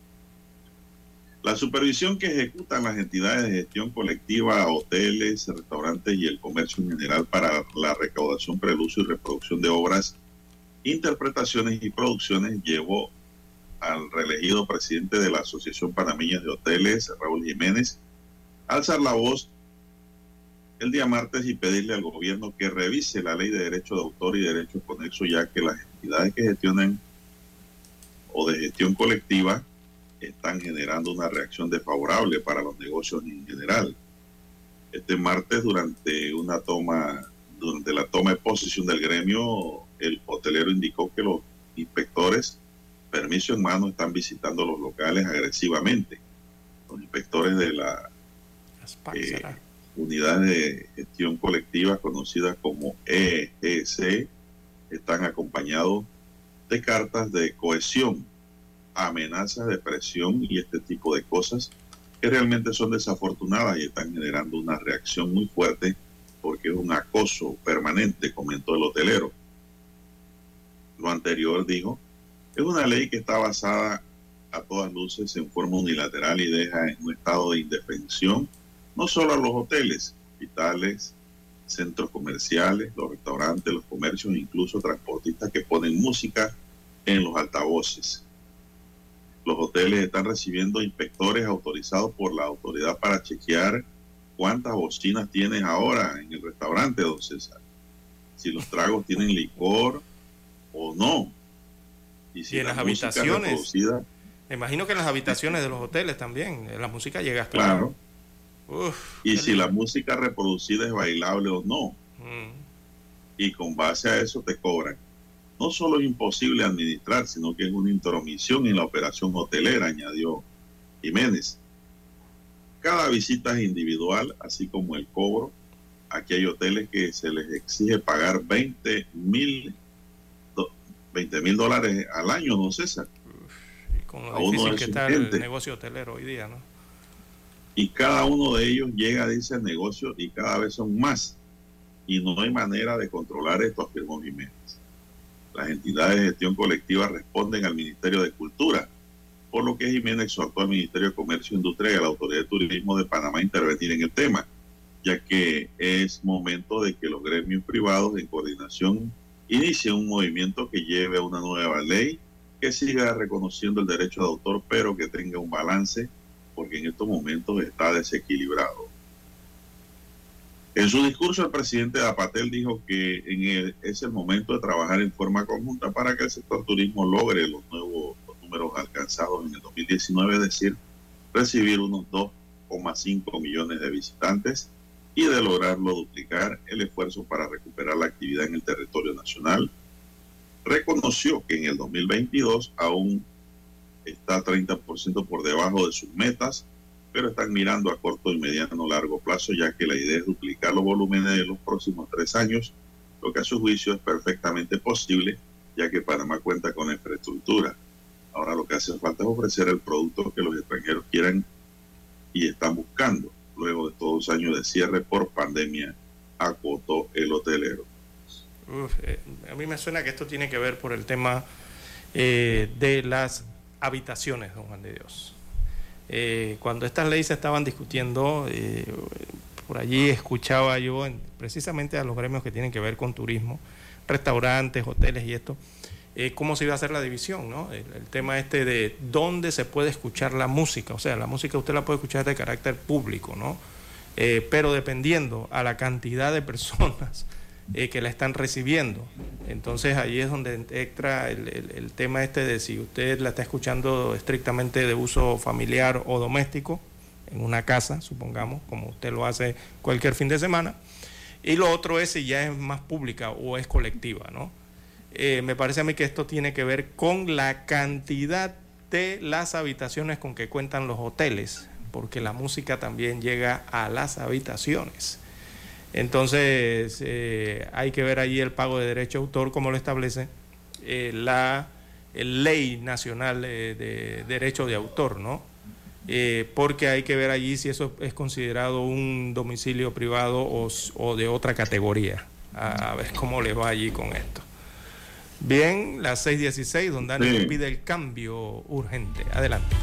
La supervisión que ejecutan las entidades de gestión colectiva, hoteles, restaurantes y el comercio en general para la recaudación, preuso y reproducción de obras, interpretaciones y producciones llevó al reelegido presidente de la Asociación Panameña de Hoteles, Raúl Jiménez, a alzar la voz el día martes y pedirle al gobierno que revise la ley de derecho de autor y derechos conexos, ya que las entidades que gestionan o de gestión colectiva están generando una reacción desfavorable para los negocios en general. Este martes, durante una toma, durante la toma de posesión del gremio, el hotelero indicó que los inspectores, permiso en mano, están visitando los locales agresivamente. Los inspectores de la eh, unidad de gestión colectiva, conocida como E G C, están acompañados de cartas de cohesión, amenazas de presión y este tipo de cosas que realmente son desafortunadas y están generando una reacción muy fuerte porque es un acoso permanente, comentó el hotelero. Lo anterior, dijo, es una ley que está basada a todas luces en forma unilateral y deja en un estado de indefensión no solo a los hoteles, hospitales, centros comerciales, los restaurantes, los comercios, incluso transportistas que ponen música en los altavoces. Los hoteles están recibiendo inspectores autorizados por la autoridad para chequear cuántas bocinas tienes ahora en el restaurante, don César. Si los tragos tienen licor o no. Y si y en la las habitaciones. Me imagino que en las habitaciones de los hoteles también la música llega hasta... Claro. Uf, y si lindo. La música reproducida es bailable o no. Mm. Y con base a eso te cobran. No solo es imposible administrar, sino que es una intromisión en la operación hotelera, añadió Jiménez. Cada visita es individual, así como el cobro. Aquí hay hoteles que se les exige pagar veinte mil dólares al año, don César. Uf, y con lo difícil que está el negocio hotelero hoy día, ¿no? Y cada uno de ellos llega, dice, el negocio, y cada vez son más. Y no hay manera de controlar esto, afirmó Jiménez. Las entidades de gestión colectiva responden al Ministerio de Cultura, por lo que Jiménez exhortó al Ministerio de Comercio e Industria y a la Autoridad de Turismo de Panamá a intervenir en el tema, ya que es momento de que los gremios privados en coordinación inicien un movimiento que lleve a una nueva ley que siga reconociendo el derecho de autor, pero que tenga un balance, porque en estos momentos está desequilibrado. En su discurso, el presidente Zapatel dijo que en el, es el momento de trabajar en forma conjunta para que el sector turismo logre los nuevos los números alcanzados en el dos mil diecinueve, es decir, recibir unos dos coma cinco millones de visitantes y de lograrlo duplicar el esfuerzo para recuperar la actividad en el territorio nacional. Reconoció que en el dos mil veintidós aún está treinta por ciento por debajo de sus metas, pero están mirando a corto y mediano largo plazo, ya que la idea es duplicar los volúmenes de los próximos tres años, lo que a su juicio es perfectamente posible, ya que Panamá cuenta con la infraestructura. Ahora lo que hace falta es ofrecer el producto que los extranjeros quieran y están buscando, luego de todos los años de cierre por pandemia, acotó el hotelero. Uf, eh, a mí me suena que esto tiene que ver por el tema eh, de las habitaciones, don Juan de Dios. Eh, cuando estas leyes se estaban discutiendo, eh, por allí escuchaba yo en, precisamente a los gremios que tienen que ver con turismo, restaurantes, hoteles y esto, eh, cómo se iba a hacer la división, ¿no? El, el tema este de dónde se puede escuchar la música, o sea, la música usted la puede escuchar de carácter público, ¿no? Eh, pero dependiendo a la cantidad de personas eh, que la están recibiendo. Entonces ahí es donde entra el, el, el tema este de si usted la está escuchando estrictamente de uso familiar o doméstico, en una casa, supongamos, como usted lo hace cualquier fin de semana, y lo otro es si ya es más pública o es colectiva, ¿no? Eh, me parece a mí que esto tiene que ver con la cantidad de las habitaciones con que cuentan los hoteles, porque la música también llega a las habitaciones. Entonces, eh, hay que ver allí el pago de derecho de autor, como lo establece eh, la el Ley Nacional eh, de Derecho de Autor, ¿no? Eh, porque hay que ver allí si eso es considerado un domicilio privado o, o de otra categoría. A, a ver cómo le va allí con esto. Bien, las seis dieciséis, don Dani sí. pide el cambio urgente. Adelante.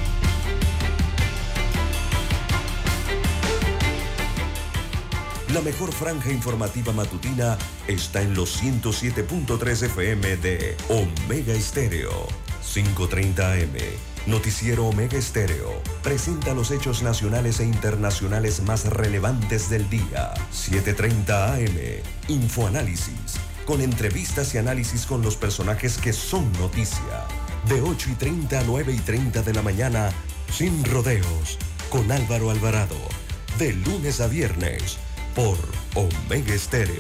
La mejor franja informativa matutina está en los ciento siete punto tres F M de Omega Estéreo. cinco treinta A M. Noticiero Omega Estéreo presenta los hechos nacionales e internacionales más relevantes del día. siete treinta A M. Infoanálisis. Con entrevistas y análisis con los personajes que son noticia. De ocho y treinta a nueve y treinta de la mañana, sin rodeos, con Álvaro Alvarado. De lunes a viernes, por Omega Estéreo.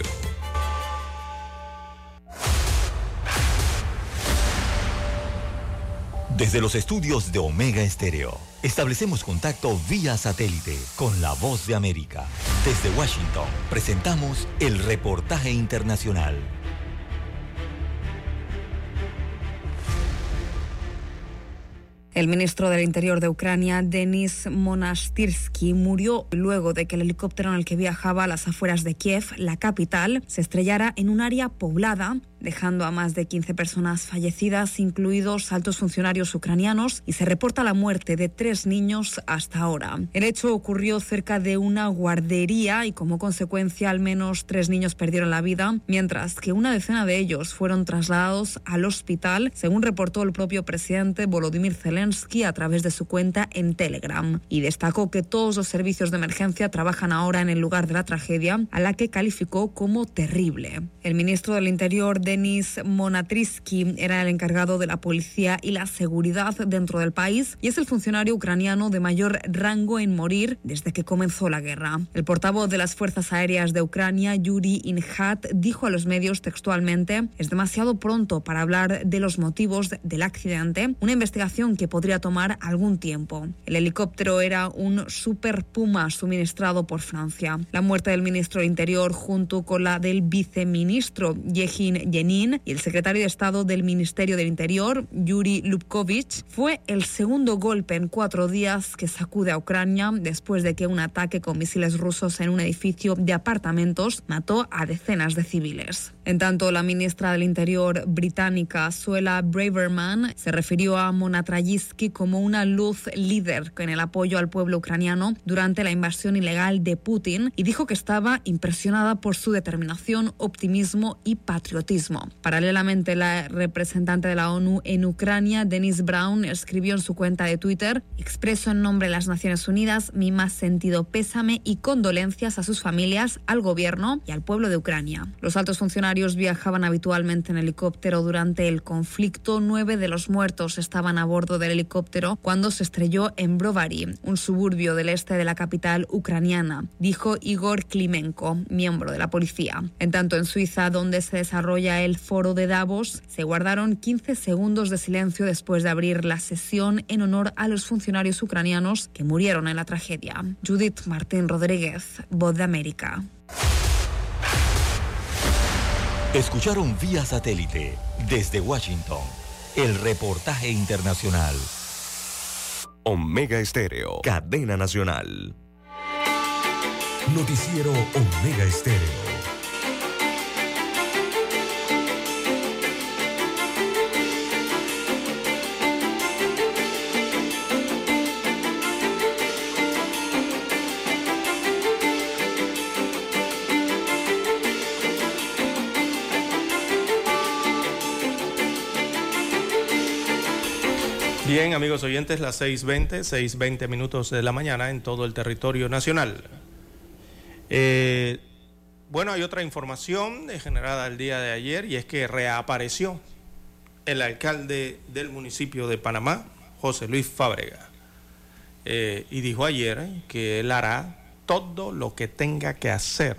Desde los estudios de Omega Estéreo, establecemos contacto vía satélite con la Voz de América. Desde Washington, presentamos el reportaje internacional. El ministro del Interior de Ucrania, Denis Monastyrsky, murió luego de que el helicóptero en el que viajaba a las afueras de Kiev, la capital, se estrellara en un área poblada, dejando a más de quince personas fallecidas, incluidos altos funcionarios ucranianos, y se reporta la muerte de tres niños hasta ahora. El hecho ocurrió cerca de una guardería y como consecuencia al menos tres niños perdieron la vida, mientras que una decena de ellos fueron trasladados al hospital, según reportó el propio presidente Volodymyr Zelensky a través de su cuenta en Telegram, y destacó que todos los servicios de emergencia trabajan ahora en el lugar de la tragedia, a la que calificó como terrible. El ministro del Interior, Denis Monastyrsky, era el encargado de la policía y la seguridad dentro del país y es el funcionario ucraniano de mayor rango en morir desde que comenzó la guerra. El portavoz de las Fuerzas Aéreas de Ucrania, Yuri Inhat, dijo a los medios textualmente: es demasiado pronto para hablar de los motivos del accidente, una investigación que podría tomar algún tiempo. El helicóptero era un Super Puma suministrado por Francia. La muerte del ministro del Interior junto con la del viceministro Yevhen Lenin y el secretario de Estado del Ministerio del Interior, Yuri Lubkovich, fue el segundo golpe en cuatro días que sacude a Ucrania después de que un ataque con misiles rusos en un edificio de apartamentos mató a decenas de civiles. En tanto, la ministra del Interior británica, Suella Braverman, se refirió a Monatrayevsky como una luz líder en el apoyo al pueblo ucraniano durante la invasión ilegal de Putin y dijo que estaba impresionada por su determinación, optimismo y patriotismo. Paralelamente, la representante de la ONU en Ucrania, Denise Brown, escribió en su cuenta de Twitter: expreso en nombre de las Naciones Unidas mi más sentido pésame y condolencias a sus familias, al gobierno y al pueblo de Ucrania. Los altos funcionarios viajaban habitualmente en helicóptero durante el conflicto. Nueve de los muertos estaban a bordo del helicóptero cuando se estrelló en Brovary, un suburbio del este de la capital ucraniana, dijo Igor Klimenko, miembro de la policía. En tanto, en Suiza, donde se desarrolla el foro de Davos, se guardaron quince segundos de silencio después de abrir la sesión en honor a los funcionarios ucranianos que murieron en la tragedia. Judith Martín Rodríguez, Voz de América. Escucharon vía satélite desde Washington el reportaje internacional. Omega Estéreo, cadena nacional. Noticiero Omega Estéreo. Bien, amigos oyentes, las seis veinte, seis veinte minutos de la mañana en todo el territorio nacional. Eh, bueno, hay otra información generada el día de ayer y es que reapareció el alcalde del municipio de Panamá, José Luis Fábrega, eh, y dijo ayer que él hará todo lo que tenga que hacer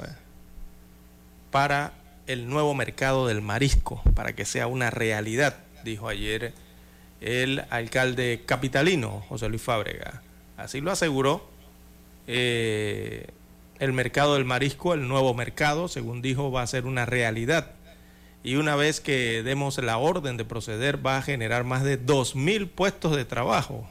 para el nuevo mercado del marisco, para que sea una realidad, dijo ayer el alcalde capitalino, José Luis Fábrega. Así lo aseguró. Eh, el mercado del marisco, el nuevo mercado, según dijo, va a ser una realidad. Y una vez que demos la orden de proceder, va a generar más de dos mil puestos de trabajo.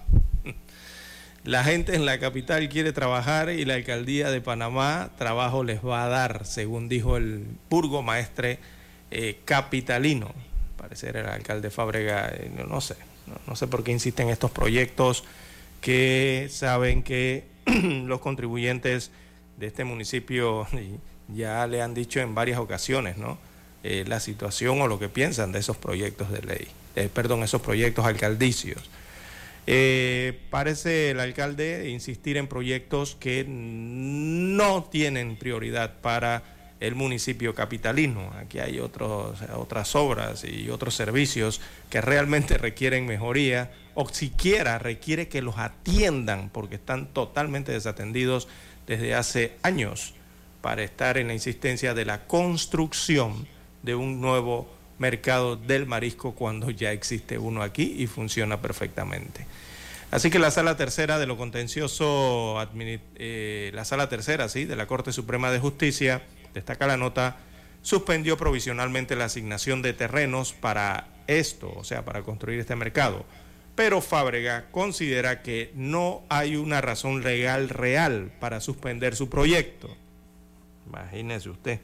La gente en la capital quiere trabajar y la alcaldía de Panamá trabajo les va a dar, según dijo el burgomaestre eh, capitalino. Parecer el alcalde Fábrega, eh, no, no sé. No, no sé por qué insisten en estos proyectos que saben que los contribuyentes de este municipio ya le han dicho en varias ocasiones, ¿no? Eh, la situación o lo que piensan de esos proyectos de ley, eh, perdón, esos proyectos alcaldicios. Eh, parece el alcalde insistir en proyectos que no tienen prioridad para el municipio capitalino. Aquí hay otros, otras obras y otros servicios que realmente requieren mejoría o siquiera requiere que los atiendan porque están totalmente desatendidos desde hace años para estar en la insistencia de la construcción de un nuevo mercado del marisco cuando ya existe uno aquí y funciona perfectamente. Así que la sala tercera de lo contencioso, eh, la sala tercera, sí, de la Corte Suprema de Justicia, destaca la nota, suspendió provisionalmente la asignación de terrenos para esto, o sea, para construir este mercado. Pero Fábrega considera que no hay una razón legal real para suspender su proyecto. Imagínese usted.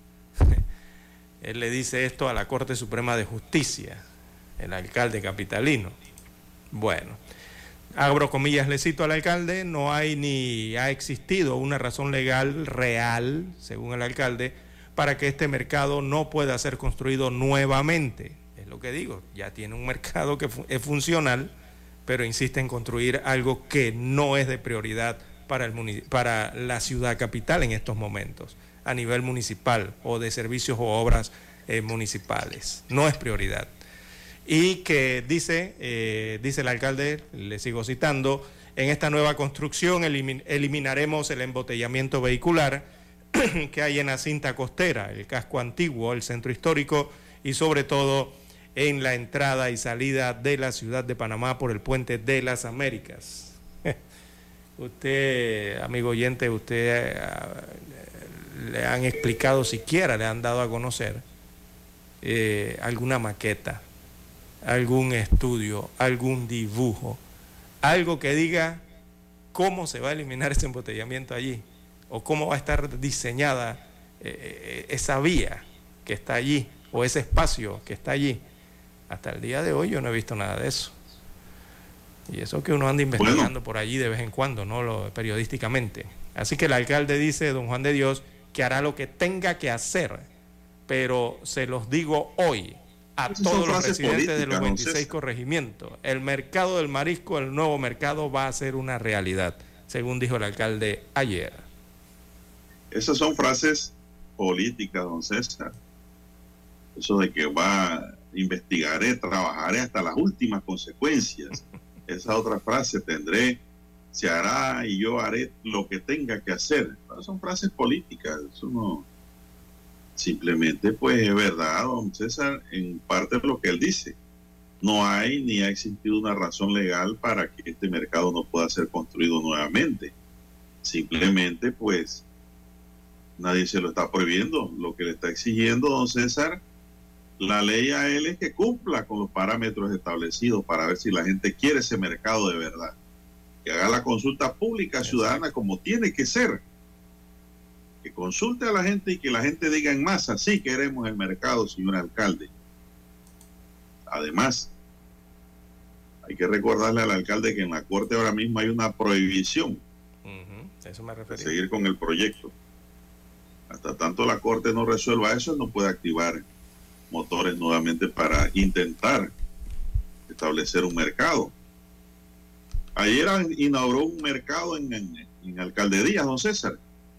Él le dice esto a la Corte Suprema de Justicia, el alcalde capitalino. Bueno, abro comillas, le cito al alcalde, no hay ni ha existido una razón legal real, según el alcalde, para que este mercado no pueda ser construido nuevamente. Es lo que digo, ya tiene un mercado que fu- es funcional, pero insiste en construir algo que no es de prioridad para, el munic- para la ciudad capital en estos momentos, a nivel municipal o de servicios o obras eh, municipales. No es prioridad. Y que dice, eh, dice el alcalde, le sigo citando, en esta nueva construcción elimin- eliminaremos el embotellamiento vehicular que hay en la cinta costera, el casco antiguo, el centro histórico y sobre todo en la entrada y salida de la ciudad de Panamá por el Puente de las Américas. Usted, amigo oyente, usted uh, le han explicado siquiera, le han dado a conocer eh, alguna maqueta, algún estudio, algún dibujo, algo que diga cómo se va a eliminar ese embotellamiento allí o cómo va a estar diseñada eh, esa vía que está allí o ese espacio que está allí. Hasta el día de hoy yo no he visto nada de eso. Y eso que uno anda investigando bueno. por allí de vez en cuando, ¿no? Lo, periodísticamente. Así que el alcalde dice, don Juan de Dios, que hará lo que tenga que hacer, pero se los digo hoy a Esas todos los residentes de los veintiséis corregimientos. El mercado del marisco, el nuevo mercado, va a ser una realidad, según dijo el alcalde ayer. Esas son frases políticas, don César. Eso de que va, investigaré, trabajaré hasta las últimas consecuencias. Esa otra frase, tendré, se hará y yo haré lo que tenga que hacer. Son frases políticas, eso no... Simplemente, pues es verdad, don César, en parte de lo que él dice. No hay ni ha existido una razón legal para que este mercado no pueda ser construido nuevamente. Simplemente, pues, nadie se lo está prohibiendo. Lo que le está exigiendo, don César, la ley a él es que cumpla con los parámetros establecidos para ver si la gente quiere ese mercado de verdad. Que haga la consulta pública ciudadana como tiene que ser. Que consulte a la gente y que la gente diga en masa, sí queremos el mercado, señor alcalde. Además, hay que recordarle al alcalde que en la corte ahora mismo hay una prohibición uh-huh. Eso me de seguir con el proyecto. Hasta tanto la corte no resuelva eso, no puede activar motores nuevamente para intentar establecer un mercado. Ayer inauguró un mercado en, en, en Alcaldías, don César.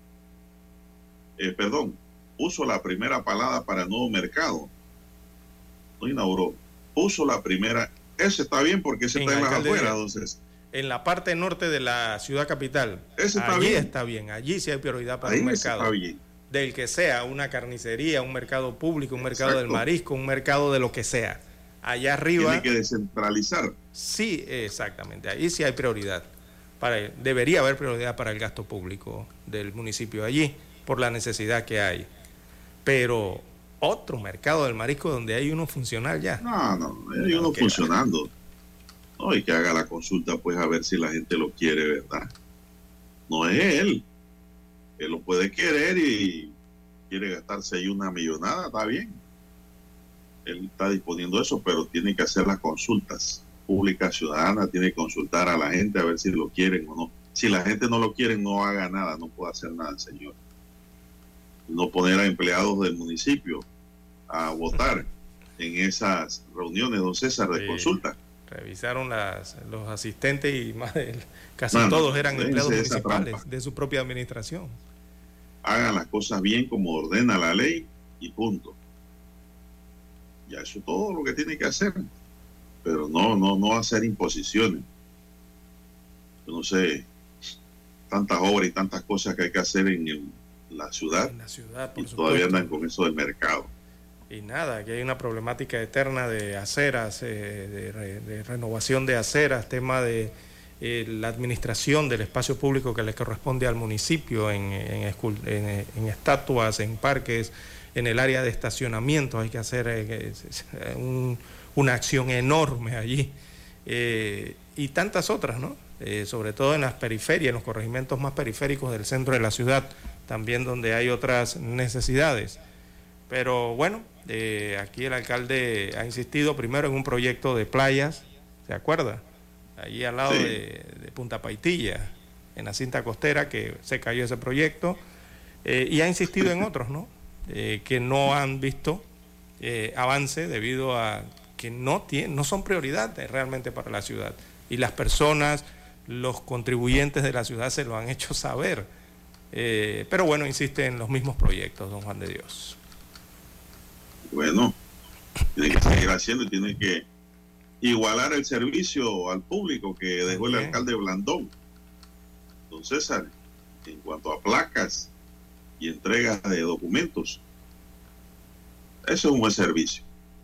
Eh, perdón, puso la primera palada para el nuevo mercado. No inauguró, puso la primera. Ese está bien porque ese en está en las afueras, entonces. En la parte norte de la ciudad capital. Ese está allí bien. está bien, allí sí hay prioridad para Ahí un mercado. Está bien. Del que sea, una carnicería, un mercado público, un mercado Exacto. del marisco, un mercado de lo que sea. Allá arriba. Tiene que descentralizar. Sí, exactamente. Ahí sí hay prioridad. Para, debería haber prioridad para el gasto público del municipio allí, por la necesidad que hay. Pero otro mercado del marisco donde hay uno funcional ya. No, no, hay uno okay, funcionando. No, y que haga la consulta pues a ver si la gente lo quiere, ¿verdad? No es él. Él lo puede querer y quiere gastarse ahí una millonada, está bien. Él está disponiendo eso, pero tiene que hacer las consultas públicas ciudadanas, tiene que consultar a la gente a ver si lo quieren o no. Si la gente no lo quiere, no haga nada, no puede hacer nada, señor. No poner a empleados del municipio a votar en esas reuniones, don César, de sí, consulta. Revisaron las, los asistentes y más de, casi no, todos eran empleados municipales de su propia administración. Hagan las cosas bien como ordena la ley y punto. Ya eso es todo lo que tiene que hacer. Pero no, no, no hacer imposiciones. Yo no sé, tantas obras y tantas cosas que hay que hacer en el la ciudad, en la ciudad por y supuesto. Todavía andan con eso del mercado. Y nada, que hay una problemática eterna de aceras, eh, de, re, de renovación de aceras, tema de eh, la administración del espacio público que le corresponde al municipio en, en, en, en estatuas, en parques, en el área de estacionamiento. Hay que hacer eh, un, una acción enorme allí eh, y tantas otras, ¿no? Eh, sobre todo en las periferias, en los corregimientos más periféricos del centro de la ciudad, también donde hay otras necesidades. Pero bueno, eh, aquí el alcalde ha insistido primero en un proyecto de playas, ¿se acuerda? Allí al lado sí. de, de Punta Paitilla, en la cinta costera, que se cayó ese proyecto, eh, y ha insistido en otros, ¿no? Eh, que no han visto eh, avance debido a que no, tienen, no son prioridades realmente para la ciudad. Y las personas, los contribuyentes de la ciudad se lo han hecho saber. Eh, pero bueno, insiste en los mismos proyectos, don Juan de Dios. Bueno, tiene que seguir haciendo y tiene que igualar el servicio al público que dejó el alcalde Blandón, don César, en cuanto a placas y entregas de documentos. Eso es un buen servicio.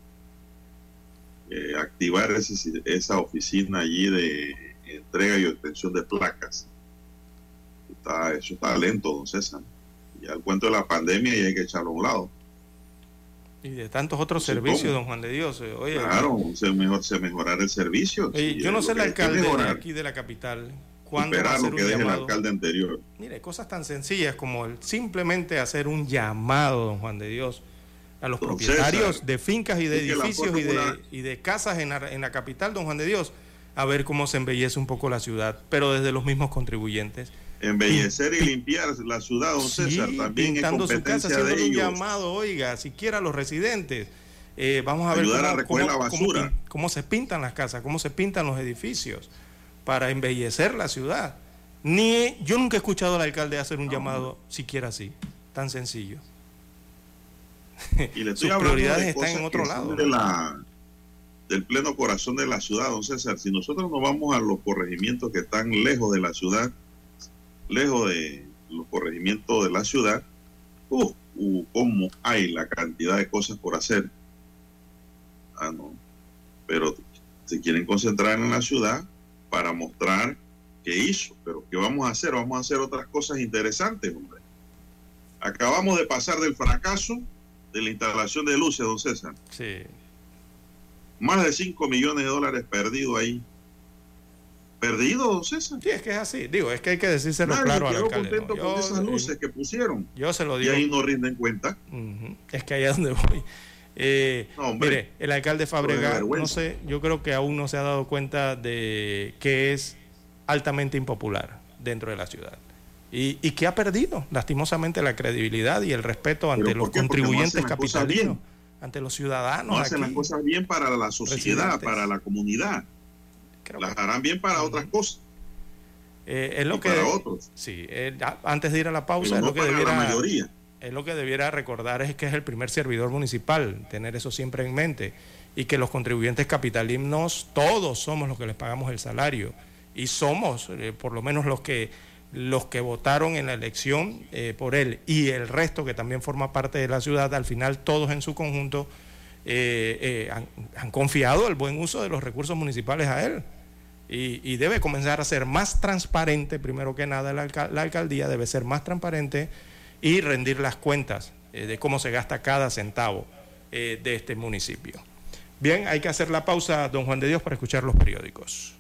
Eh, activar ese, esa oficina allí de entrega y obtención de placas. Está, eso está lento, don César. Ya el cuento de la pandemia y hay que echarlo a un lado. Y de tantos otros Entonces, servicios, ¿cómo? don Juan de Dios. eh, Oye, Claro, se, mejor, se mejorar el servicio. oye, Sí, yo no es sé lo el que hay que alcalde de mejorar. aquí de la capital cuándo va a Esperar hacer lo que un deje el llamado. alcalde anterior. Mire, cosas tan sencillas como el simplemente hacer un llamado, don Juan de Dios, a los Don propietarios César, de fincas y de es que la edificios y de, fórmula- y de casas en la, en la capital, don Juan de Dios, a ver cómo se embellece un poco la ciudad, pero desde los mismos contribuyentes. Embellecer y limpiar la ciudad, don Sí, César, también es pintando su casa, competencia de haciéndole un ellos. llamado, oiga, siquiera a los residentes. Eh, vamos a ver Ayudar cómo, a recoger cómo- la cómo basura. pin- cómo se pintan las casas, cómo se pintan los edificios para embellecer la ciudad. Ni yo nunca he escuchado al alcalde hacer un llamado siquiera así, tan sencillo. Y le estoy Sus hablando prioridades de están cosas en otro que son lado. de la, del pleno corazón de la ciudad, don César. Si nosotros nos vamos a los corregimientos que están lejos de la ciudad, lejos de los corregimientos de la ciudad, uh, uh, cómo hay la cantidad de cosas por hacer. Ah, no. Pero se quieren concentrar en la ciudad para mostrar qué hizo. Pero ¿qué vamos a hacer? Vamos a hacer otras cosas interesantes, hombre. Acabamos de pasar del fracaso de la instalación de luces, don César. Sí. Más de cinco millones de dólares perdidos ahí. ¿Perdido, don César? Sí, es que es así. Digo, es que hay que decírselo Nadie claro al quedó alcalde. contento ¿no? con Yo, esas luces eh, que pusieron. yo se lo Y digo. ahí no rinden cuenta. Ujú. Es que allá es donde voy. Eh, No, hombre. mire, el alcalde Pero de Fábregas, no vergüenza. sé, yo creo que aún no se ha dado cuenta de que es altamente impopular dentro de la ciudad. Y, y que ha perdido, lastimosamente, la credibilidad y el respeto ante ¿Pero los por qué? Porque no contribuyentes hacen las cosas capitalinos, bien. ante los ciudadanos. No hacen aquí. las cosas bien para la sociedad, Residentes. para la comunidad. Creo Las que- harán bien para Ujú. otras cosas. Eh, es lo y que, para otros. sí, eh, a- antes de ir a la pausa, Pero es no lo que para la debiera, mayoría. es lo que debiera recordar es que es el primer servidor municipal, tener eso siempre en mente, y que los contribuyentes capitalinos, todos somos los que les pagamos el salario, y somos eh, por lo menos los que los que votaron en la elección eh, por él, y el resto que también forma parte de la ciudad, al final todos en su conjunto eh, eh, han, han confiado el buen uso de los recursos municipales a él. Y, y debe comenzar a ser más transparente, primero que nada, la, alcal- la alcaldía debe ser más transparente y rendir las cuentas eh, de cómo se gasta cada centavo eh, de este municipio. Bien, hay que hacer la pausa, don Juan de Dios, para escuchar los periódicos.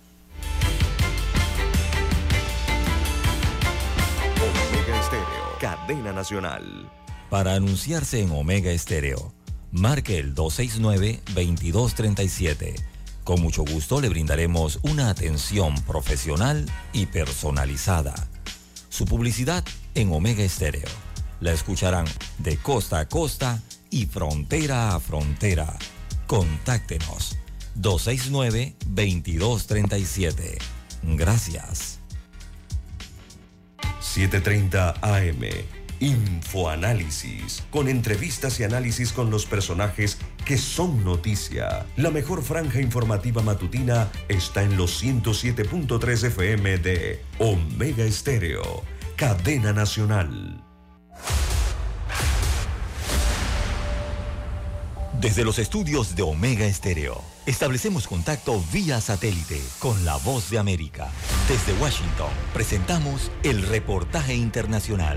Omega Estéreo, cadena nacional. Para anunciarse en Omega Estéreo, marque el dos seis nueve, veintidós treinta y siete. Con mucho gusto le brindaremos una atención profesional y personalizada. Su publicidad en Omega Estéreo. La escucharán de costa a costa y frontera a frontera. Contáctenos dos seis nueve, veintidós treinta y siete. Gracias. siete treinta A M. Infoanálisis, con entrevistas y análisis con los personajes que son noticia. La mejor franja informativa matutina está en los ciento siete punto tres F M de Omega Estéreo, cadena nacional. Desde los estudios de Omega Estéreo, establecemos contacto vía satélite con la Voz de América. Desde Washington, presentamos el reportaje internacional.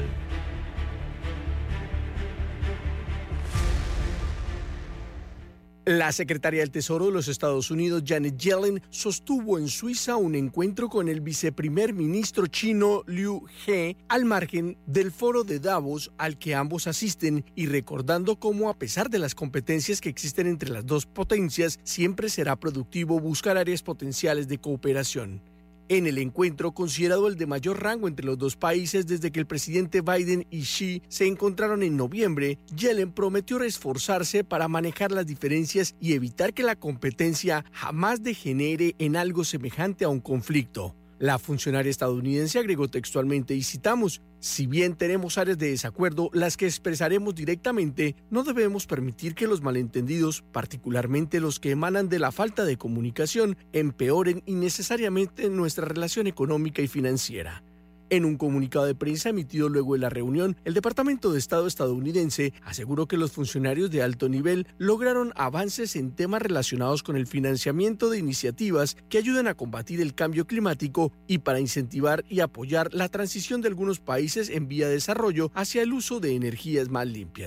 La secretaria del Tesoro de los Estados Unidos, Janet Yellen, sostuvo en Suiza un encuentro con el viceprimer ministro chino Liu He al margen del foro de Davos al que ambos asisten y recordando cómo a pesar de las competencias que existen entre las dos potencias, siempre será productivo buscar áreas potenciales de cooperación. En el encuentro, considerado el de mayor rango entre los dos países desde que el presidente Biden y Xi se encontraron en noviembre, Yellen prometió esforzarse para manejar las diferencias y evitar que la competencia jamás degenere en algo semejante a un conflicto. La funcionaria estadounidense agregó textualmente, y citamos, «Si bien tenemos áreas de desacuerdo, las que expresaremos directamente, no debemos permitir que los malentendidos, particularmente los que emanan de la falta de comunicación, empeoren innecesariamente nuestra relación económica y financiera». En un comunicado de prensa emitido luego de la reunión, el Departamento de Estado estadounidense aseguró que los funcionarios de alto nivel lograron avances en temas relacionados con el financiamiento de iniciativas que ayuden a combatir el cambio climático y para incentivar y apoyar la transición de algunos países en vía de desarrollo hacia el uso de energías más limpias.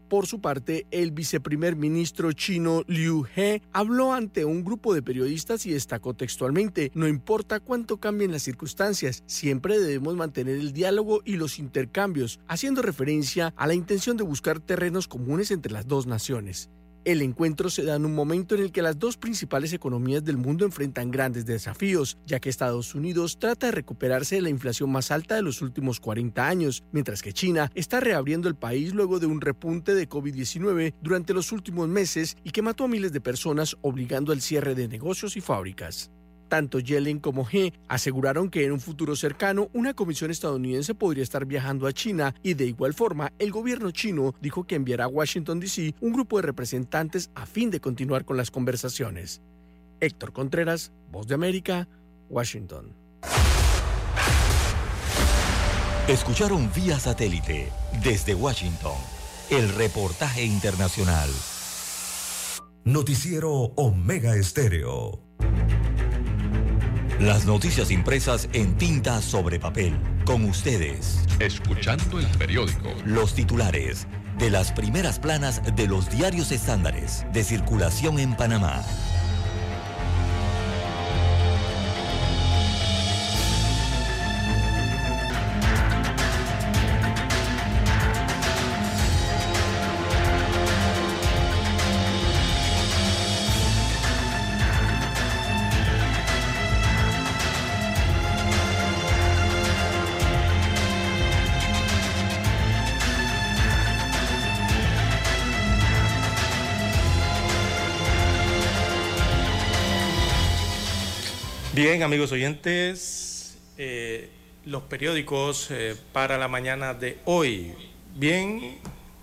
Por su parte, el viceprimer ministro chino Liu He habló ante un grupo de periodistas y destacó textualmente: no importa cuánto cambien las circunstancias, siempre debemos mantener el diálogo y los intercambios, haciendo referencia a la intención de buscar terrenos comunes entre las dos naciones. El encuentro se da en un momento en el que las dos principales economías del mundo enfrentan grandes desafíos, ya que Estados Unidos trata de recuperarse de la inflación más alta de los últimos cuarenta años, mientras que China está reabriendo el país luego de un repunte de COVID diecinueve durante los últimos meses y que mató a miles de personas, obligando al cierre de negocios y fábricas. Tanto Yellen como He aseguraron que en un futuro cercano una comisión estadounidense podría estar viajando a China y de igual forma el gobierno chino dijo que enviará a Washington D C un grupo de representantes a fin de continuar con las conversaciones. Héctor Contreras, Voz de América, Washington. Escucharon vía satélite desde Washington el reportaje internacional. Noticiero Omega Estéreo. Las noticias impresas en tinta sobre papel. Con ustedes. Escuchando el periódico. Los titulares de las primeras planas de los diarios estándares de circulación en Panamá. Bien, amigos oyentes, eh, los periódicos eh, para la mañana de hoy. Bien,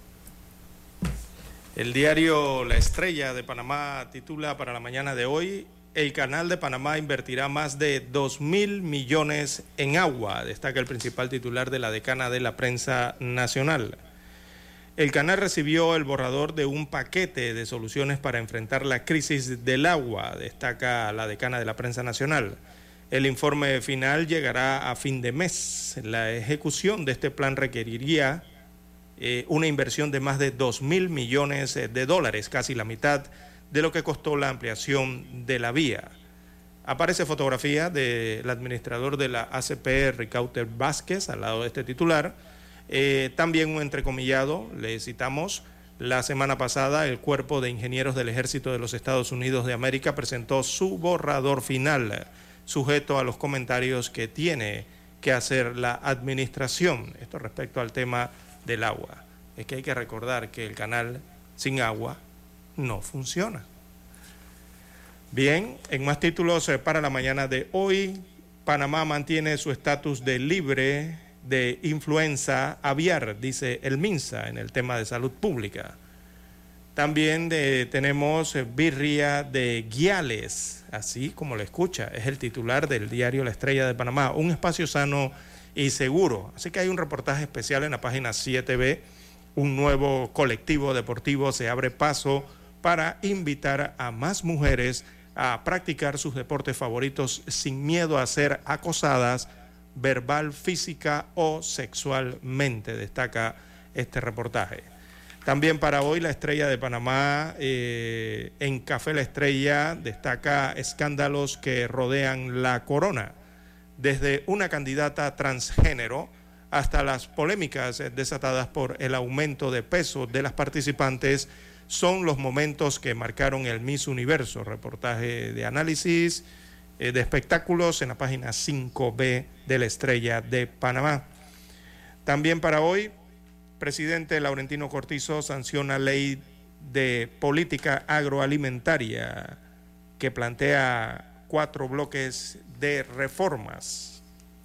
el diario La Estrella de Panamá titula para la mañana de hoy: el Canal de Panamá invertirá más de dos mil millones en agua, destaca el principal titular de la decana de la prensa nacional. El canal recibió el borrador de un paquete de soluciones para enfrentar la crisis del agua, destaca la decana de la prensa nacional. El informe final llegará a fin de mes. La ejecución de este plan requeriría eh, una inversión de más de dos mil millones de dólares, casi la mitad de lo que costó la ampliación de la vía. Aparece fotografía del administrador de la A C P, Ricauter Vázquez, al lado de este titular. Eh, también un entrecomillado, le citamos: la semana pasada el Cuerpo de Ingenieros del Ejército de los Estados Unidos de América presentó su borrador final, sujeto a los comentarios que tiene que hacer la administración. Esto respecto al tema del agua. Es que hay que recordar que el canal sin agua no funciona. Bien, en más títulos eh, para la mañana de hoy: Panamá mantiene su estatus de libre de influenza aviar, dice el MINSA en el tema de salud pública. También de, tenemos birria de guiales, así como lo escucha, es el titular del diario La Estrella de Panamá, un espacio sano y seguro. Así que hay un reportaje especial en la página siete B, un nuevo colectivo deportivo se abre paso para invitar a más mujeres a practicar sus deportes favoritos sin miedo a ser acosadas verbal, física o sexualmente, destaca este reportaje. También para hoy La Estrella de Panamá, eh, en Café La Estrella, destaca escándalos que rodean la corona, desde una candidata transgénero hasta las polémicas desatadas por el aumento de peso de las participantes, son los momentos que marcaron el Miss Universo. Reportaje de análisis de espectáculos en la página cinco B de La Estrella de Panamá. También para hoy, presidente Laurentino Cortizo sanciona ley de política agroalimentaria que plantea cuatro bloques de reformas.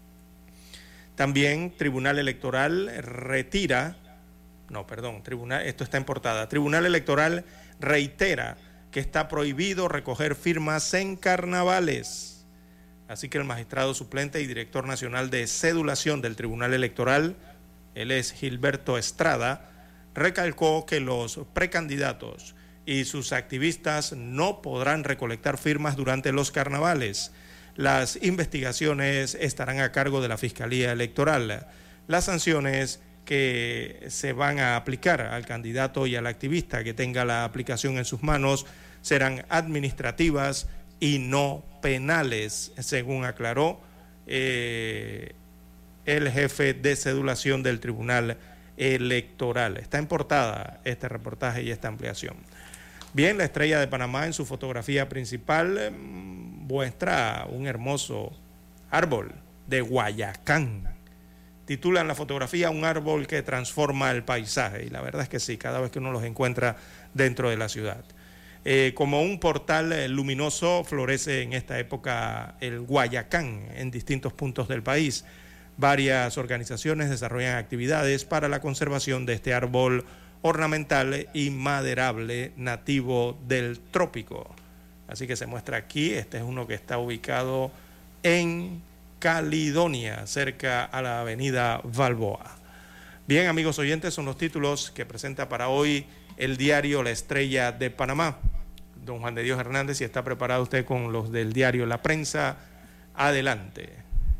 También Tribunal Electoral retira, no, perdón, tribunal, esto está en portada, Tribunal Electoral reitera que está prohibido recoger firmas en carnavales. Así que el magistrado suplente y director nacional de cedulación del Tribunal Electoral, él es Gilberto Estrada, recalcó que los precandidatos y sus activistas no podrán recolectar firmas durante los carnavales. Las investigaciones estarán a cargo de la Fiscalía Electoral. Las sanciones que se van a aplicar al candidato y al activista que tenga la aplicación en sus manos serán administrativas y no penales, según aclaró eh, el jefe de cedulación del Tribunal Electoral. Está en portada este reportaje y esta ampliación. Bien, la Estrella de Panamá en su fotografía principal eh, muestra un hermoso árbol de Guayacán. Titulan la fotografía Un árbol que transforma el paisaje, y la verdad es que sí, cada vez que uno los encuentra dentro de la ciudad. Eh, como un portal eh, luminoso florece en esta época el Guayacán en distintos puntos del país. Varias organizaciones desarrollan actividades para la conservación de este árbol ornamental y maderable nativo del trópico. Así que se muestra aquí, este es uno que está ubicado en Caledonia, cerca a la avenida Balboa. Bien, amigos oyentes, son los títulos que presenta para hoy el diario La Estrella de Panamá. Don Juan de Dios Hernández, si está preparado usted con los del diario La Prensa, adelante.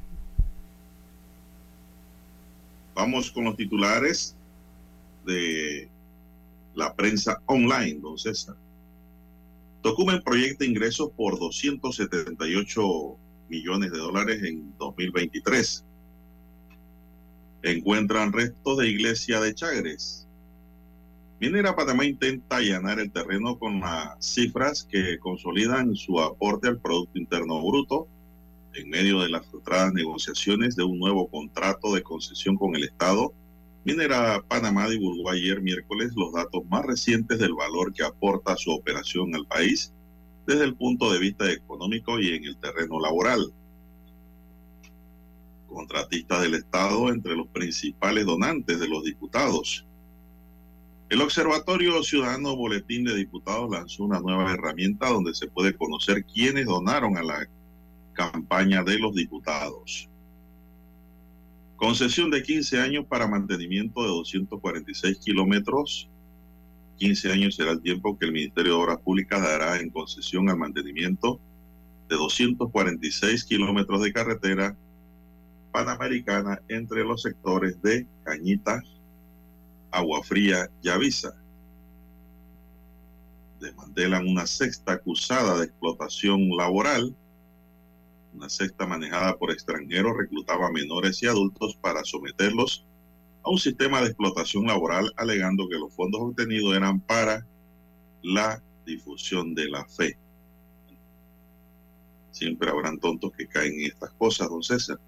Vamos con los titulares de La Prensa Online, don César. Tocumen proyecta ingresos por doscientos setenta y ocho millones de dólares en dos mil veintitrés. Encuentran restos de iglesia de Chagres. Minera Panamá intenta allanar el terreno con las cifras que consolidan su aporte al Producto Interno Bruto en medio de las frustradas negociaciones de un nuevo contrato de concesión con el Estado. Minera Panamá divulgó ayer miércoles los datos más recientes del valor que aporta su operación al país desde el punto de vista económico y en el terreno laboral. Contratistas del Estado entre los principales donantes de los diputados. El Observatorio Ciudadano Boletín de Diputados lanzó una nueva herramienta donde se puede conocer quiénes donaron a la campaña de los diputados. Concesión de quince años para mantenimiento de doscientos cuarenta y seis kilómetros. quince años será el tiempo que el Ministerio de Obras Públicas dará en concesión al mantenimiento de doscientos cuarenta y seis kilómetros de carretera panamericana entre los sectores de Cañita, Agua Fría y Avisa. Desmantelan una sexta acusada de explotación laboral. Una secta manejada por extranjeros reclutaba menores y adultos para someterlos a un sistema de explotación laboral, alegando que los fondos obtenidos eran para la difusión de la fe. Siempre habrán tontos que caen en estas cosas, don César.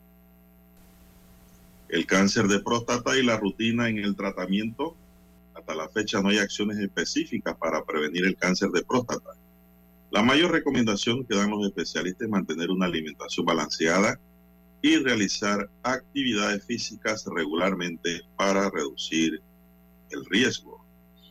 El cáncer de próstata y la rutina en el tratamiento. Hasta la fecha no hay acciones específicas para prevenir el cáncer de próstata. La mayor recomendación que dan los especialistas es mantener una alimentación balanceada y realizar actividades físicas regularmente para reducir el riesgo.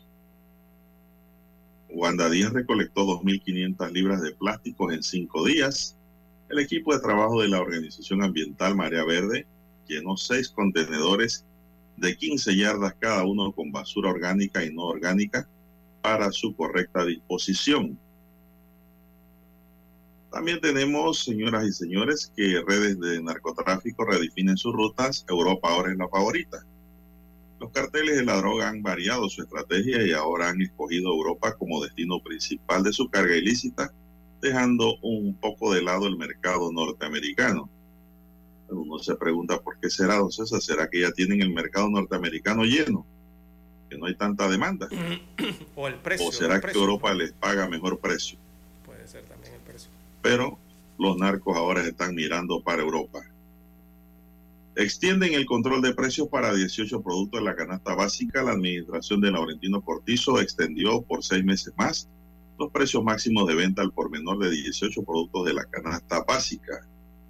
Wanda Díaz recolectó dos mil quinientas libras de plásticos en cinco días. El equipo de trabajo de la organización ambiental Marea Verde llenó seis contenedores de quince yardas cada uno con basura orgánica y no orgánica para su correcta disposición. También tenemos, señoras y señores, que redes de narcotráfico redefinen sus rutas. Europa ahora es la favorita. Los carteles de la droga han variado su estrategia y ahora han escogido Europa como destino principal de su carga ilícita, dejando un poco de lado el mercado norteamericano. Uno se pregunta por qué será, don César. ¿Será que ya tienen el mercado norteamericano lleno? Que no hay tanta demanda. O el precio. ¿O será el que precio. Europa les paga mejor precio? Puede ser también el precio. Pero los narcos ahora están mirando para Europa. Extienden el control de precios para dieciocho productos de la canasta básica. La administración de Laurentino Cortizo extendió por seis meses más los precios máximos de venta al por menor de dieciocho productos de la canasta básica.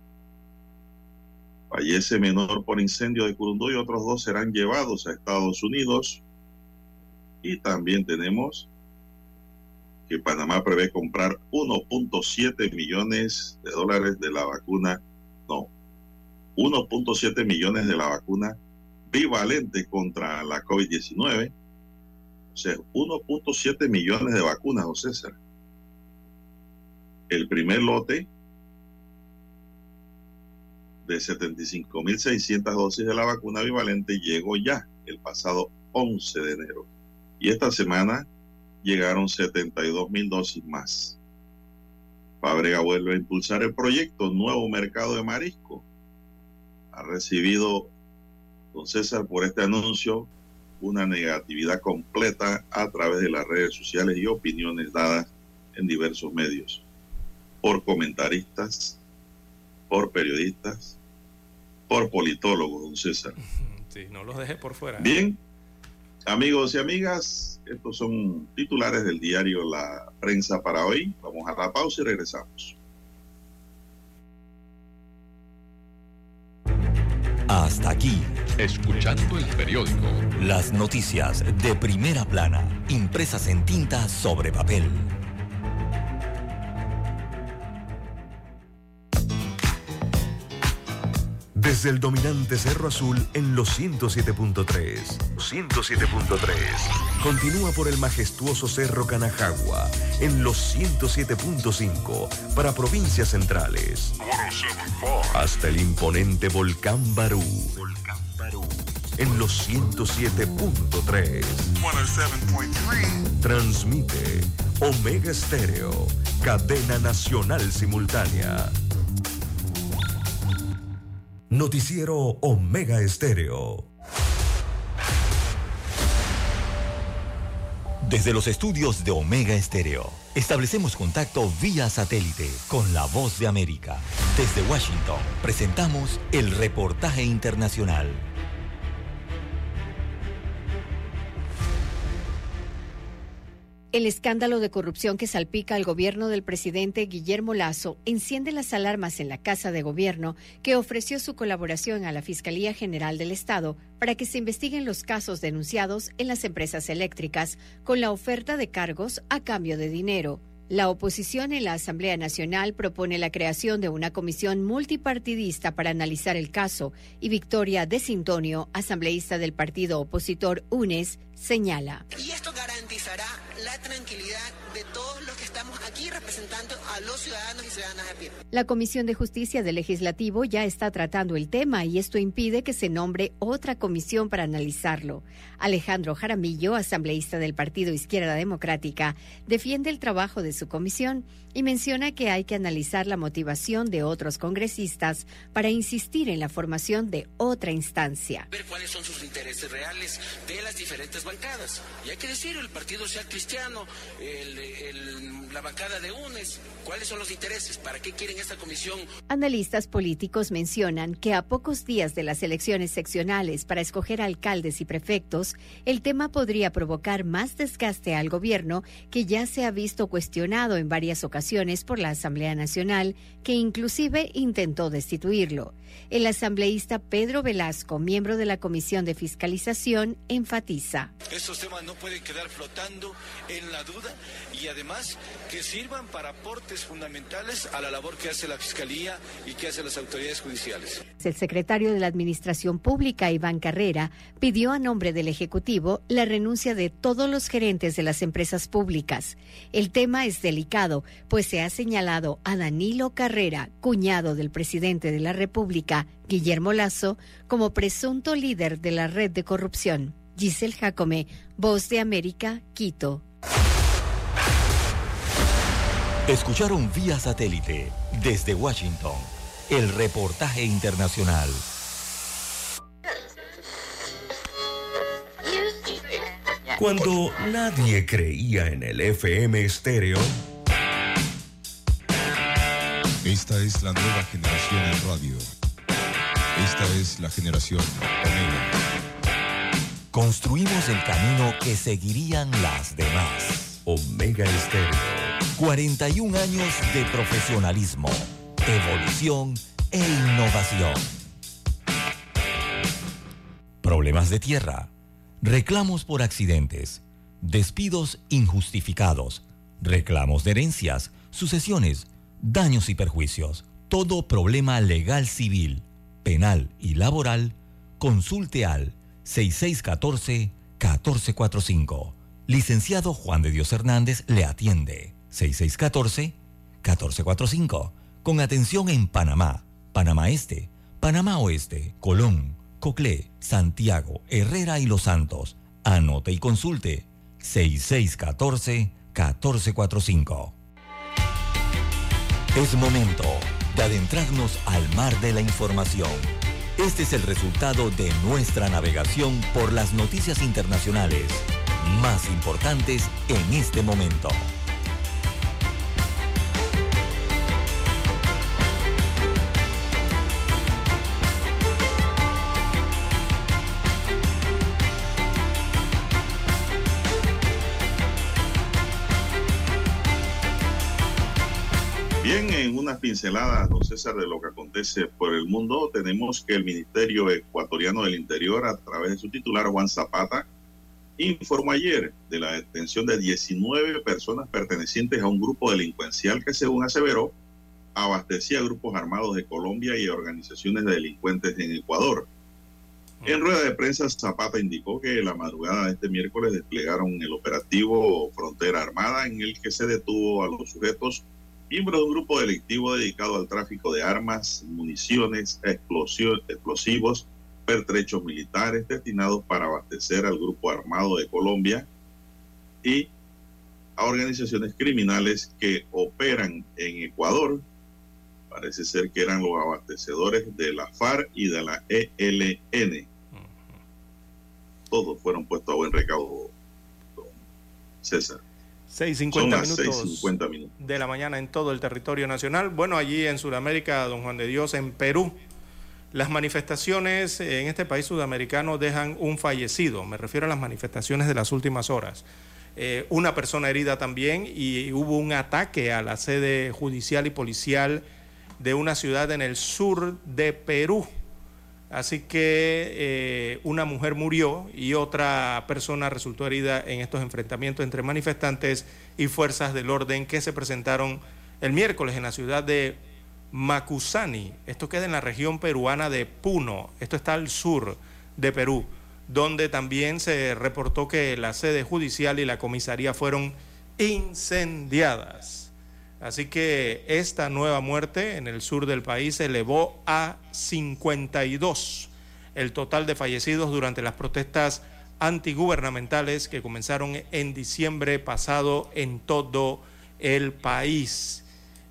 Fallece menor por incendio de Curundú y otros dos serán llevados a Estados Unidos. Y también tenemos que Panamá prevé comprar uno punto siete millones de dólares de la vacuna, no, uno punto siete millones de la vacuna bivalente contra la COVID diecinueve. O sea, uno punto siete millones de vacunas, José César. El primer lote de setenta y cinco mil seiscientas dosis de la vacuna bivalente llegó ya el pasado once de enero. Y esta semana llegaron setenta y dos mil dosis más. Fábrega vuelve a impulsar el proyecto Nuevo Mercado de Marisco. Ha recibido, don César, por este anuncio una negatividad completa a través de las redes sociales y opiniones dadas en diversos medios, por comentaristas, por periodistas, por politólogos, don César. Sí, no los dejé por fuera. Bien, amigos y amigas, estos son titulares del diario La Prensa para hoy. Vamos a la pausa y regresamos. Hasta aquí, escuchando el periódico. Las noticias de primera plana, impresas en tinta sobre papel. Desde el dominante Cerro Azul en los ciento siete punto tres. ciento siete punto tres. Continúa por el majestuoso Cerro Canajagua en los ciento siete punto cinco para provincias centrales. Hasta el imponente Volcán Barú. Volcán Barú en los ciento siete punto tres. Transmite Omega Estéreo, cadena nacional simultánea. Noticiero Omega Estéreo. Desde los estudios de Omega Estéreo, establecemos contacto vía satélite con la Voz de América. Desde Washington, presentamos el reportaje internacional. El escándalo de corrupción que salpica al gobierno del presidente Guillermo Lasso enciende las alarmas en la Casa de Gobierno, que ofreció su colaboración a la Fiscalía General del Estado para que se investiguen los casos denunciados en las empresas eléctricas con la oferta de cargos a cambio de dinero. La oposición en la Asamblea Nacional propone la creación de una comisión multipartidista para analizar el caso, y Victoria De Sintonio, asambleísta del partido opositor UNES, señala. Y esto garantizará la tranquilidad de todos los que estamos aquí representando a los ciudadanos y ciudadanas a pie. La Comisión de Justicia del Legislativo ya está tratando el tema y esto impide que se nombre otra comisión para analizarlo. Alejandro Jaramillo, asambleísta del Partido Izquierda Democrática, defiende el trabajo de su comisión y menciona que hay que analizar la motivación de otros congresistas para insistir en la formación de otra instancia. Ver cuáles son sus intereses reales de las diferentes bancadas. Y hay que decir, el Partido Social Cristiano, el, el, la bancada de UNES, ¿cuáles son los intereses? ¿Para qué quieren esta comisión? Analistas políticos mencionan que a pocos días de las elecciones seccionales para escoger alcaldes y prefectos, el tema podría provocar más desgaste al gobierno, que ya se ha visto cuestionado en varias ocasiones por la Asamblea Nacional, que inclusive intentó destituirlo. El asambleísta Pedro Velasco, miembro de la Comisión de Fiscalización, enfatiza. Estos temas no pueden quedar flotando en la duda y además que sirvan para aportes fundamentales a la labor que hace la Fiscalía y que hacen las autoridades judiciales. El secretario de la Administración Pública, Iván Carrera, pidió a nombre del Ejecutivo la renuncia de todos los gerentes de las empresas públicas. El tema es delicado, pues se ha señalado a Danilo Carrera, cuñado del presidente de la República, Guillermo Lasso, como presunto líder de la red de corrupción. Giselle Jacome, Voz de América, Quito. Escucharon vía satélite desde Washington el reportaje internacional. Cuando nadie creía en el F M estéreo. Esta es la nueva generación en radio. Esta es la generación Omega. Construimos el camino que seguirían las demás. Omega Estéreo. cuarenta y un años de profesionalismo, evolución e innovación. Problemas de tierra, reclamos por accidentes, despidos injustificados, reclamos de herencias, sucesiones, daños y perjuicios. Todo problema legal civil, penal y laboral, consulte al seis seis uno cuatro, uno cuatro cuatro cinco. Licenciado Juan de Dios Hernández le atiende. seis seis uno cuatro, uno cuatro cuatro cinco. Con atención en Panamá, Panamá Este, Panamá Oeste, Colón, Coclé, Santiago, Herrera y Los Santos. Anote y consulte seis seis uno cuatro, uno cuatro cuatro cinco. Es momento de adentrarnos al mar de la información. Este es el resultado de nuestra navegación por las noticias internacionales más importantes en este momento. Bien, en unas pinceladas, don César, de lo que acontece por el mundo, tenemos que el Ministerio Ecuatoriano del Interior, a través de su titular, Juan Zapata, informó ayer de la detención de diecinueve personas pertenecientes a un grupo delincuencial que, según aseveró, abastecía grupos armados de Colombia y organizaciones de delincuentes en Ecuador. En rueda de prensa, Zapata indicó que la madrugada de este miércoles desplegaron el operativo Frontera Armada, en el que se detuvo a los sujetos miembros de un grupo delictivo dedicado al tráfico de armas, municiones, explosivos, pertrechos militares destinados para abastecer al grupo armado de Colombia y a organizaciones criminales que operan en Ecuador. Parece ser que eran los abastecedores de la FARC y de la E L N. Todos fueron puestos a buen recaudo, don César. seis cincuenta minutos, minutos, seis cincuenta minutos de la mañana en todo el territorio nacional. Bueno, allí en Sudamérica, don Juan de Dios, en Perú, las manifestaciones en este país sudamericano dejan un fallecido. Me refiero a las manifestaciones de las últimas horas. Eh, una persona herida también, y hubo un ataque a la sede judicial y policial de una ciudad en el sur de Perú. Así que eh, una mujer murió y otra persona resultó herida en estos enfrentamientos entre manifestantes y fuerzas del orden que se presentaron el miércoles en la ciudad de Macusani. Esto queda en la región peruana de Puno. Esto está al sur de Perú, donde también se reportó que la sede judicial y la comisaría fueron incendiadas. Así que esta nueva muerte en el sur del país se elevó a cincuenta y dos el total de fallecidos durante las protestas antigubernamentales que comenzaron en diciembre pasado en todo el país.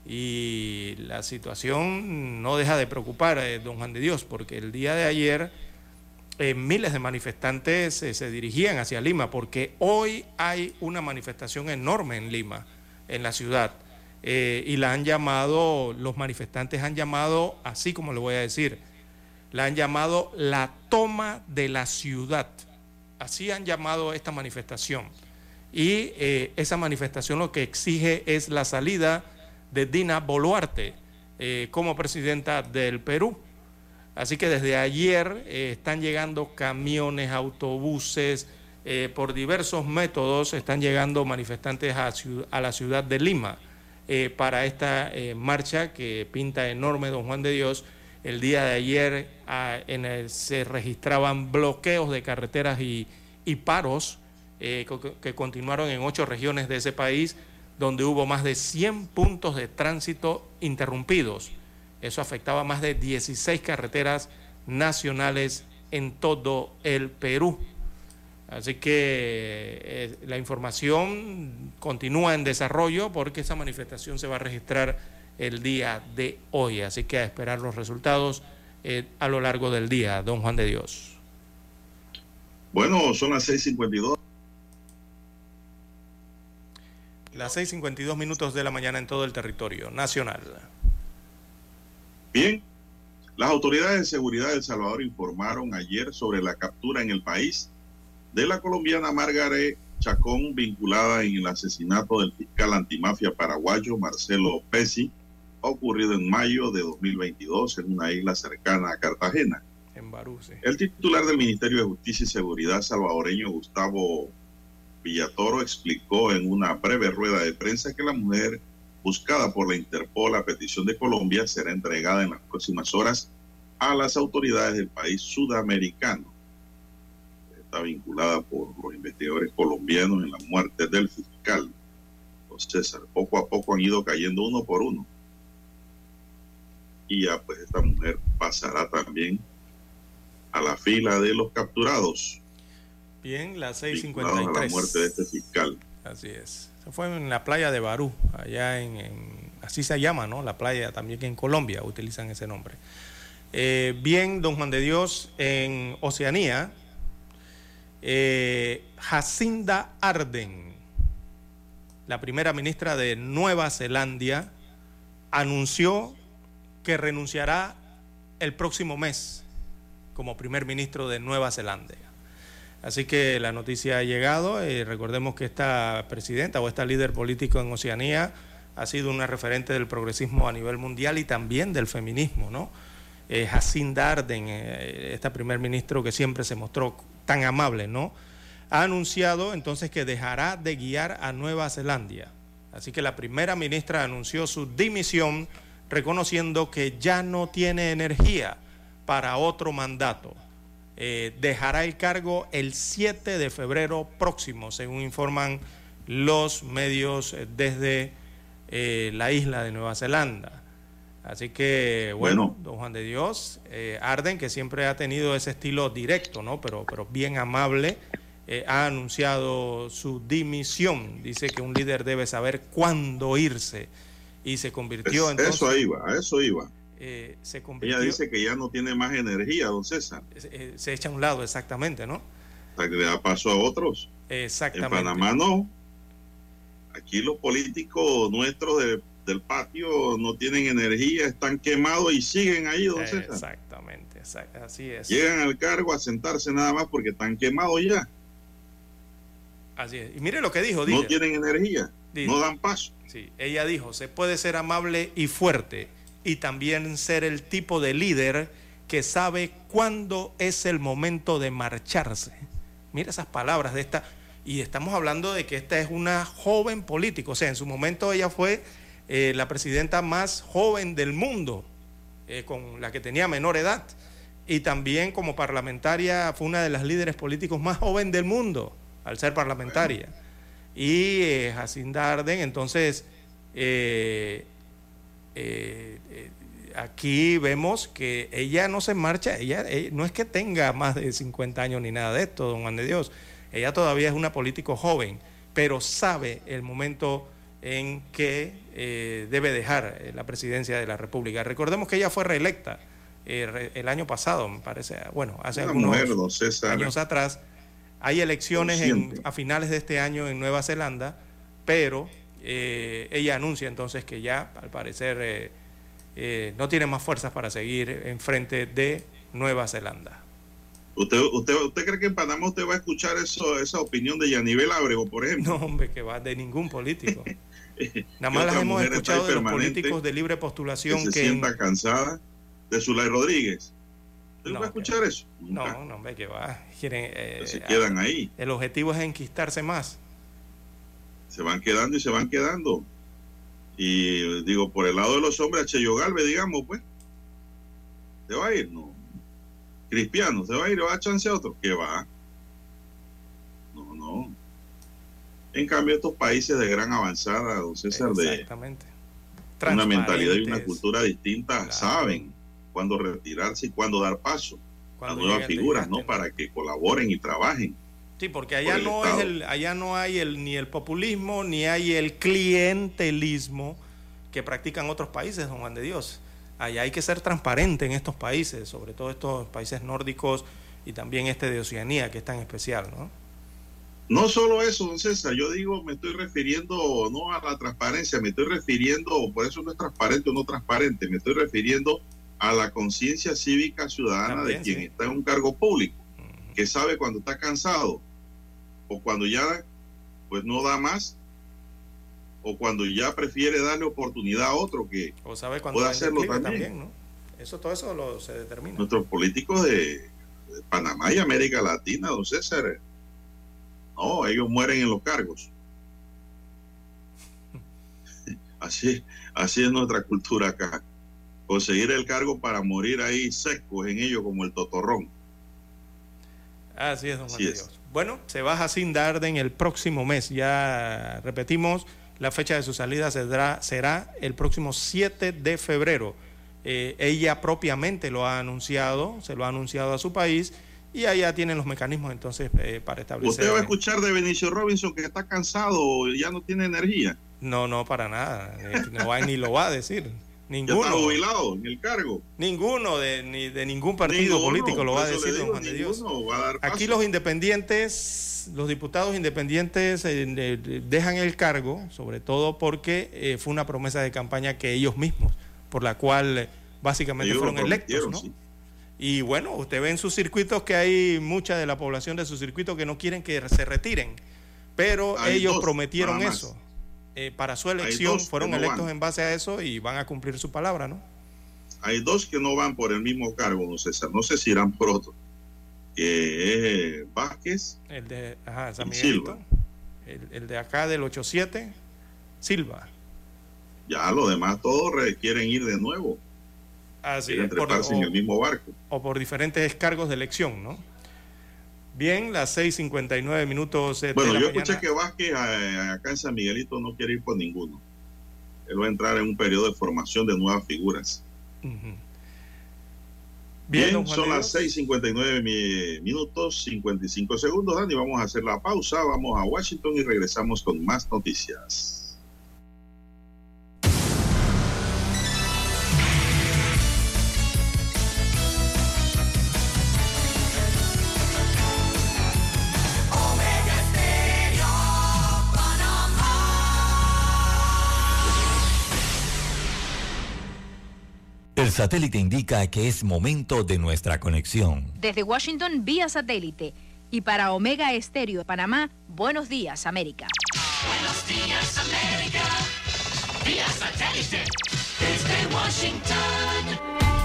Y la situación no deja de preocupar, eh, don Juan de Dios, porque el día de ayer eh, miles de manifestantes eh, se dirigían hacia Lima, porque hoy hay una manifestación enorme en Lima, en la ciudad. Eh, y la han llamado, los manifestantes han llamado, así como le voy a decir, la han llamado la toma de la ciudad. Así han llamado esta manifestación. Y eh, esa manifestación lo que exige es la salida de Dina Boluarte eh, como presidenta del Perú. Así que desde ayer eh, están llegando camiones, autobuses, eh, por diversos métodos están llegando manifestantes a, a la ciudad de Lima. Eh, para esta eh, marcha que pinta enorme, don Juan de Dios. El día de ayer ah, en el, se registraban bloqueos de carreteras y, y paros eh, que, que continuaron en ocho regiones de ese país, donde hubo más de cien puntos de tránsito interrumpidos. Eso afectaba más de dieciséis carreteras nacionales en todo el Perú. Así que eh, la información continúa en desarrollo porque esa manifestación se va a registrar el día de hoy. Así que a esperar los resultados eh, a lo largo del día, don Juan de Dios. Bueno, son las seis cincuenta y dos. Las seis cincuenta y dos minutos de la mañana en todo el territorio nacional. Bien, las autoridades de seguridad de El Salvador informaron ayer sobre la captura en el país de la colombiana Margaret Chacón, vinculada en el asesinato del fiscal antimafia paraguayo Marcelo Pesi, ocurrido en mayo de dos mil veintidós en una isla cercana a Cartagena. En Barú, sí. El titular del Ministerio de Justicia y Seguridad salvadoreño, Gustavo Villatoro, explicó en una breve rueda de prensa que la mujer buscada por la Interpol a petición de Colombia será entregada en las próximas horas a las autoridades del país sudamericano. Está vinculada por los investigadores colombianos en la muerte del fiscal. Don César, poco a poco han ido cayendo uno por uno. y ya pues esta mujer pasará también a la fila de los capturados. Bien, las seis cincuenta y tres. A la muerte de este fiscal. Así es. Se fue en la playa de Barú, allá en, en así se llama, ¿no? La playa también que en Colombia utilizan ese nombre. Eh, bien, don Juan de Dios, en Oceanía, eh, Jacinda Ardern, la primera ministra de Nueva Zelanda, anunció que renunciará el próximo mes como primer ministro de Nueva Zelanda. Así que la noticia ha llegado. Eh, recordemos que esta presidenta o esta líder político en Oceanía ha sido una referente del progresismo a nivel mundial y también del feminismo, ¿no? Eh, Jacinda Ardern, eh, esta primer ministro que siempre se mostró tan amable, ¿no? Ha anunciado entonces que dejará de guiar a Nueva Zelanda. Así que la primera ministra anunció su dimisión, reconociendo que ya no tiene energía para otro mandato. Eh, dejará el cargo el siete de febrero próximo, según informan los medios desde eh, la isla de Nueva Zelanda. Así que, bueno, bueno. don Juan de Dios, eh, Ardern, que siempre ha tenido ese estilo directo, ¿no? Pero, pero bien amable, eh, ha anunciado su dimisión. Dice que un líder debe saber cuándo irse. Y se convirtió es, entonces... Eso iba, a eso iba. Eh, se convirtió, ella dice que ya no tiene más energía, don César. Se, se echa a un lado, exactamente, ¿no? O sea, que le da paso a otros. Exactamente. En Panamá no. Aquí los políticos nuestros de, del patio no tienen energía, están quemados y siguen ahí, don eh, César. Exactamente, exact, así es. Llegan al cargo a sentarse nada más porque están quemados ya. Así es. Y mire lo que dijo. No dile, tienen energía, dile, no dan paso. Sí, ella dijo, se puede ser amable y fuerte y también ser el tipo de líder que sabe cuándo es el momento de marcharse. Mira esas palabras de esta, y estamos hablando de que esta es una joven política, o sea, en su momento ella fue eh, la presidenta más joven del mundo, eh, con la que tenía menor edad, y también como parlamentaria fue una de las líderes políticos más jóvenes del mundo, al ser parlamentaria. Bueno. Y eh, Jacinda Ardern, entonces, eh, eh, eh, aquí vemos que ella no se marcha, ella, ella no es que tenga más de cincuenta años ni nada de esto, don Juan de Dios, ella todavía es una político joven, pero sabe el momento en que eh, debe dejar la presidencia de la República. Recordemos que ella fue reelecta eh, re, el año pasado, me parece, bueno, hace una algunos mujer, don César, años atrás. Hay elecciones en, a finales de este año en Nueva Zelanda, pero eh, ella anuncia entonces que ya, al parecer, eh, eh, no tiene más fuerzas para seguir en frente de Nueva Zelanda. ¿Usted, usted, usted cree que en Panamá usted va a escuchar eso, esa opinión de Yanivel Ábrego, por ejemplo? No, hombre, que va de ningún político. Nada más las hemos escuchado de los políticos de libre postulación que se que sienta en... cansada de Zulay Rodríguez. ¿Usted no, va a escuchar que, eso? Nunca. No, no, hombre, que va. Quieren, eh, se quedan ahí. El objetivo es enquistarse más. Se van quedando y se van quedando. Y digo, por el lado de los hombres, a Cheyo Galvez, digamos, pues, ¿se va a ir? No. Cristiano, ¿se va a ir? ¿Va a chance a otro? ¿Qué va? No, no. En cambio, estos países de gran avanzada, don César, de una mentalidad y una cultura distinta, claro, saben cuándo retirarse y cuándo dar paso a nuevas figuras, ¿no? Para que colaboren y trabajen. Sí, porque allá no es el, allá no hay el, ni el populismo ni hay el clientelismo que practican otros países, don Juan de Dios. Allá hay que ser transparente en estos países, sobre todo estos países nórdicos y también este de Oceanía, que es tan especial, ¿no? No solo eso, don César, yo digo, me estoy refiriendo no a la transparencia, me estoy refiriendo, por eso no es transparente o no transparente, me estoy refiriendo a la conciencia cívica ciudadana también, de quien sí. está en un cargo público, uh-huh. que sabe cuando está cansado o cuando ya pues no da más, o cuando ya prefiere darle oportunidad a otro que o sabe cuando puede hacerlo también. también, ¿no? Eso, todo eso lo, se determina. Nuestros políticos de, de Panamá y América Latina, don César, no, ellos mueren en los cargos. Así, así es nuestra cultura acá. Conseguir el cargo para morir ahí secos en ello como el totorrón. Así es, don Juan de Dios. Bueno, se va Jacinda Ardern el próximo mes. Ya repetimos, la fecha de su salida será, será el próximo siete de febrero. Eh, ella propiamente lo ha anunciado, se lo ha anunciado a su país y allá tienen los mecanismos entonces eh, para establecer. ¿Usted va a escuchar de Benicio Robinson que está cansado y ya no tiene energía? No, no, para nada. Eh, no va, ni lo va a decir. Ninguno. Ya está jubilado en el cargo. Ninguno de, ni de ningún partido ninguno, político lo va a decir, digo, don Juan de Dios. Va a dar paso. Aquí los independientes, los diputados independientes eh, eh, dejan el cargo, sobre todo porque eh, fue una promesa de campaña que ellos mismos, por la cual eh, básicamente ellos fueron electos, ¿no? Sí. Y bueno, usted ve en sus circuitos que hay mucha de la población de sus circuitos que no quieren que se retiren, pero hay ellos dos, prometieron eso. Eh, para su elección fueron no electos van. en base a eso y van a cumplir su palabra, ¿no? Hay dos que no van por el mismo cargo, no sé, no sé si irán pronto, que es Vázquez el de, ajá, San y Silva. El, el de acá del ocho siete, Silva. Ya los demás todos quieren ir de nuevo. Así quieren es, por, treparse o, en el mismo barco. O por diferentes cargos de elección, ¿no? Bien, las seis cincuenta y nueve minutos de Bueno, la yo mañana. escuché que Vázquez a, acá en San Miguelito no quiere ir por ninguno. Él va a entrar en un periodo de formación de nuevas figuras. Uh-huh. Bien, Bien son las seis cincuenta y nueve minutos, cincuenta y cinco segundos, Dani. Vamos a hacer la pausa, vamos a Washington y regresamos con más noticias. El satélite indica que es momento de nuestra conexión. Desde Washington, vía satélite. Y para Omega Estéreo de Panamá, buenos días, América. Buenos días, América. Vía satélite. Desde Washington.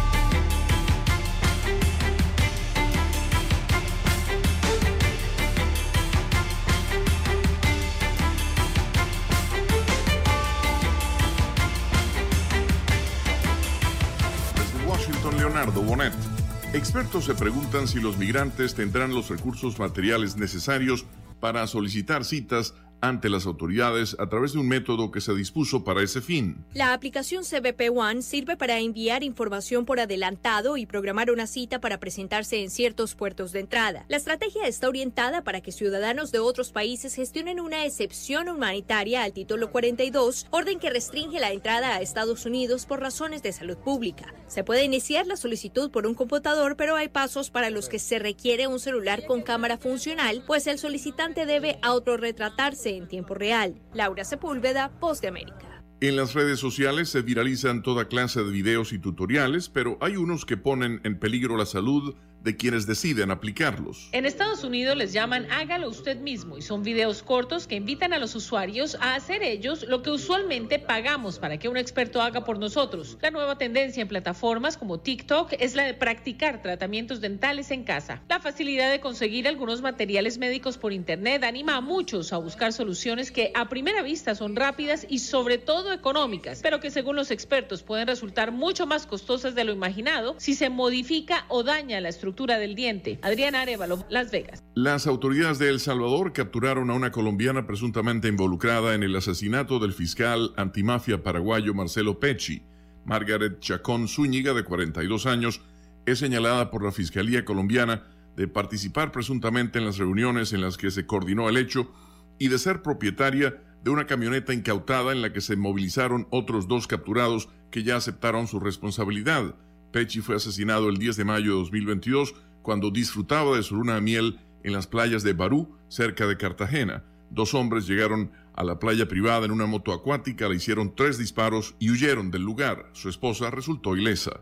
Leonardo Bonet. Expertos se preguntan si los migrantes tendrán los recursos materiales necesarios para solicitar citas ante las autoridades a través de un método que se dispuso para ese fin. La aplicación C B P One sirve para enviar información por adelantado y programar una cita para presentarse en ciertos puertos de entrada. La estrategia está orientada para que ciudadanos de otros países gestionen una excepción humanitaria al título cuarenta y dos, orden que restringe la entrada a Estados Unidos por razones de salud pública. Se puede iniciar la solicitud por un computador, pero hay pasos para los que se requiere un celular con cámara funcional, pues el solicitante debe autorretratarse en tiempo real. Laura Sepúlveda, Voz de América. En las redes sociales se viralizan toda clase de videos y tutoriales, pero hay unos que ponen en peligro la salud de quienes deciden aplicarlos. En Estados Unidos les llaman hágalo usted mismo y son videos cortos que invitan a los usuarios a hacer ellos lo que usualmente pagamos para que un experto haga por nosotros. La nueva tendencia en plataformas como TikTok es la de practicar tratamientos dentales en casa. La facilidad de conseguir algunos materiales médicos por internet anima a muchos a buscar soluciones que a primera vista son rápidas y sobre todo económicas, pero que según los expertos pueden resultar mucho más costosas de lo imaginado si se modifica o daña la estructura del diente. Adriana Arevalo, Las Vegas. Las autoridades de El Salvador capturaron a una colombiana presuntamente involucrada en el asesinato del fiscal antimafia paraguayo Marcelo Pecci. Margaret Chacón Zúñiga, de cuarenta y dos años, es señalada por la Fiscalía colombiana de participar presuntamente en las reuniones en las que se coordinó el hecho y de ser propietaria de una camioneta incautada en la que se movilizaron otros dos capturados que ya aceptaron su responsabilidad. Pecci fue asesinado el diez de mayo de dos mil veintidós cuando disfrutaba de su luna de miel en las playas de Barú, cerca de Cartagena. Dos hombres llegaron a la playa privada en una moto acuática, le hicieron tres disparos y huyeron del lugar. Su esposa resultó ilesa.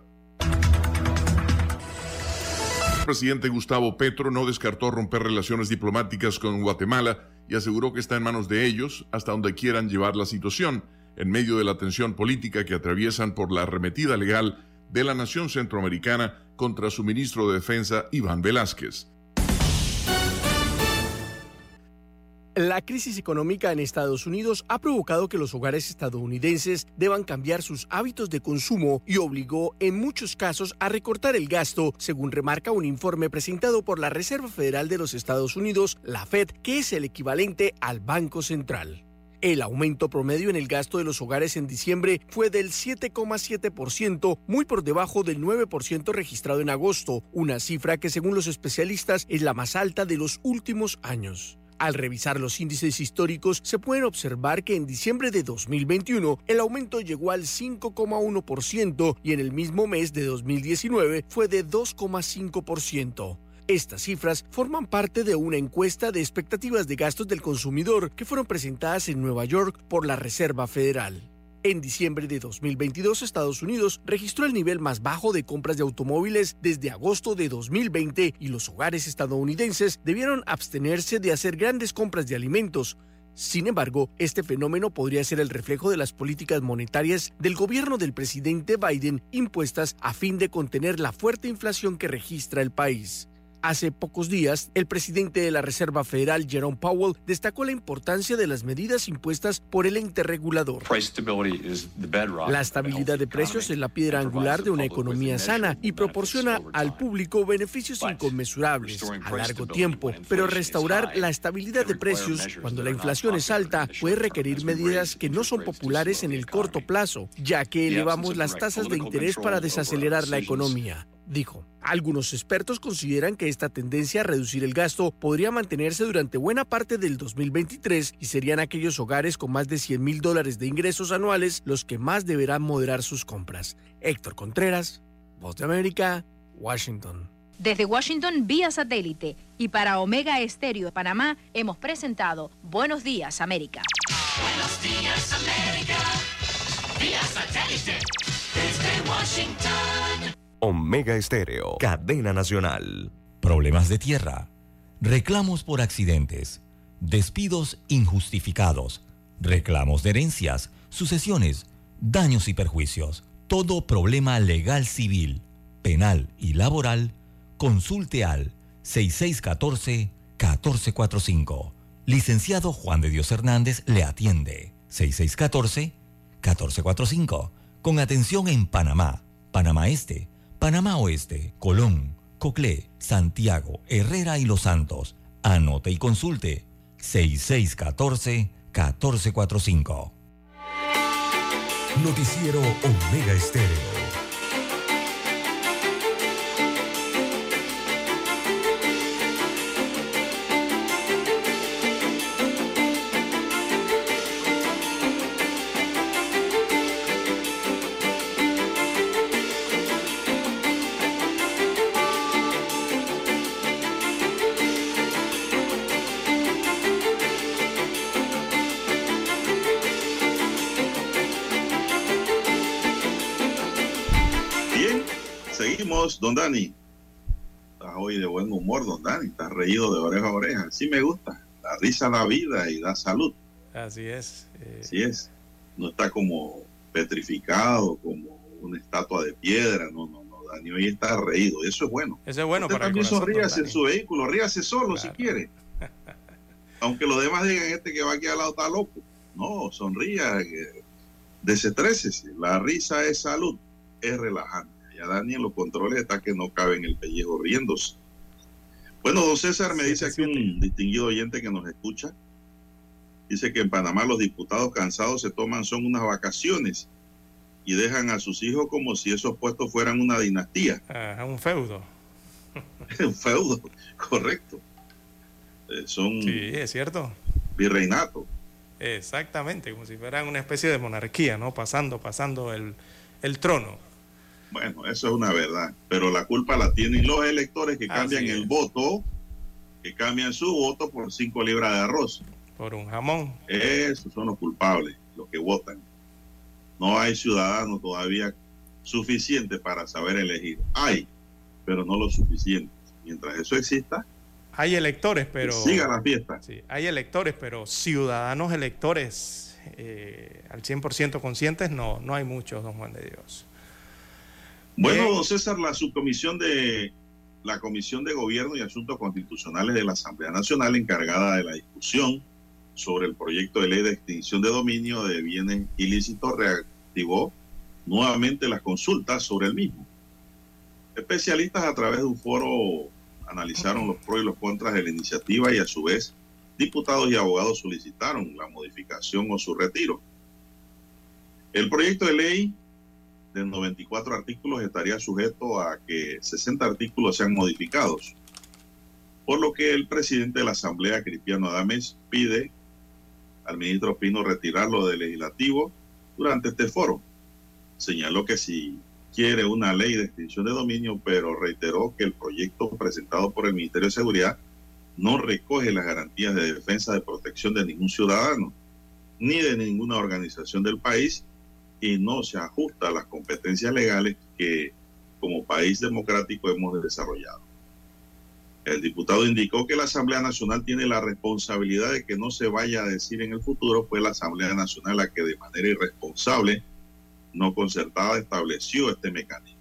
El presidente Gustavo Petro no descartó romper relaciones diplomáticas con Guatemala y aseguró que está en manos de ellos hasta donde quieran llevar la situación, en medio de la tensión política que atraviesan por la arremetida legal de la nación centroamericana contra su ministro de Defensa, Iván Velázquez. La crisis económica en Estados Unidos ha provocado que los hogares estadounidenses deban cambiar sus hábitos de consumo y obligó en muchos casos a recortar el gasto, según remarca un informe presentado por la Reserva Federal de los Estados Unidos, la Fed, que es el equivalente al Banco Central. El aumento promedio en el gasto de los hogares en diciembre fue del siete coma siete por ciento, muy por debajo del nueve por ciento registrado en agosto, una cifra que según los especialistas es la más alta de los últimos años. Al revisar los índices históricos, se pueden observar que en diciembre de dos mil veintiuno el aumento llegó al cinco coma uno por ciento y en el mismo mes de dos mil diecinueve fue de dos coma cinco por ciento. Estas cifras forman parte de una encuesta de expectativas de gastos del consumidor que fueron presentadas en Nueva York por la Reserva Federal. En diciembre de dos mil veintidós, Estados Unidos registró el nivel más bajo de compras de automóviles desde agosto de dos mil veinte y los hogares estadounidenses debieron abstenerse de hacer grandes compras de alimentos. Sin embargo, este fenómeno podría ser el reflejo de las políticas monetarias del gobierno del presidente Biden impuestas a fin de contener la fuerte inflación que registra el país. Hace pocos días, el presidente de la Reserva Federal, Jerome Powell, destacó la importancia de las medidas impuestas por el ente regulador. La estabilidad de precios es la piedra angular de una economía sana y proporciona al público beneficios inconmensurables a largo tiempo, pero restaurar la estabilidad de precios cuando la inflación es alta puede requerir medidas que no son populares en el corto plazo, ya que elevamos las tasas de interés para desacelerar la economía, dijo. Algunos expertos consideran que esta tendencia a reducir el gasto podría mantenerse durante buena parte del dos mil veintitrés y serían aquellos hogares con más de cien mil dólares de ingresos anuales los que más deberán moderar sus compras. Héctor Contreras, Voz de América, Washington. Desde Washington vía satélite y para Omega Estéreo de Panamá hemos presentado Buenos Días América. Buenos Días América, vía satélite desde Washington. Omega Estéreo, cadena nacional. Problemas de tierra, reclamos por accidentes, despidos injustificados, reclamos de herencias, sucesiones, daños y perjuicios. Todo problema legal civil, penal y laboral, consulte al seis seis uno cuatro, uno cuatro cuatro cinco. Licenciado Juan de Dios Hernández le atiende. seis seis uno cuatro, uno cuatro cuatro cinco. Con atención en Panamá, Panamá Este, Panamá Oeste, Colón, Coclé, Santiago, Herrera y Los Santos. Anote y consulte seis seis uno cuatro, uno cuatro cuatro cinco. Noticiero Omega Estéreo. Don Dani, estás hoy de buen humor, don Dani, estás reído de oreja a oreja, así me gusta, la risa da vida y da salud. Así es. Eh... Así es, no está como petrificado, como una estatua de piedra, no, no, no, Dani hoy está reído, eso es bueno. Eso es bueno. Usted para también el corazón, sonríase en su vehículo, ríase solo claro. Si quiere, aunque los demás digan este que va aquí al lado está loco, no, sonría, eh, desestrésese, la risa es salud, es relajante. Ya Dani en los controles está que no cabe en el pellejo riéndose. Bueno, don César me dice aquí un distinguido oyente que nos escucha. Dice que en Panamá los diputados cansados se toman son unas vacaciones y dejan a sus hijos como si esos puestos fueran una dinastía. Ah, un feudo. Un feudo, correcto. Eh, son. Sí, es cierto. Virreinato. Exactamente, como si fueran una especie de monarquía, ¿no? Pasando, pasando el, el trono. Bueno, eso es una verdad, pero la culpa la tienen los electores que cambian el voto, que cambian su voto por cinco libras de arroz. Por un jamón. Esos son los culpables, los que votan. No hay ciudadanos todavía suficientes para saber elegir. Hay, pero no lo suficiente. Mientras eso exista, hay electores, pero... siga la fiesta. Sí, hay electores, pero ciudadanos electores eh, al cien por ciento conscientes, no, no hay muchos, don Juan de Dios. Bueno, don César, la subcomisión de la Comisión de Gobierno y Asuntos Constitucionales de la Asamblea Nacional, encargada de la discusión sobre el proyecto de ley de extinción de dominio de bienes ilícitos, reactivó nuevamente las consultas sobre el mismo. Especialistas a través de un foro analizaron los pros y los contras de la iniciativa y a su vez diputados y abogados solicitaron la modificación o su retiro. El proyecto de ley de noventa y cuatro artículos estaría sujeto a que sesenta artículos sean modificados, por lo que el presidente de la Asamblea, Cristiano Adames, pide al ministro Pino retirarlo del legislativo durante este foro. Señaló que si quiere una ley de extinción de dominio, pero reiteró que el proyecto presentado por el Ministerio de Seguridad no recoge las garantías de defensa de protección de ningún ciudadano, ni de ninguna organización del país, y no se ajusta a las competencias legales que como país democrático hemos desarrollado. El diputado indicó que la Asamblea Nacional tiene la responsabilidad de que no se vaya a decir en el futuro, fue la Asamblea Nacional la que de manera irresponsable, no concertada, estableció este mecanismo.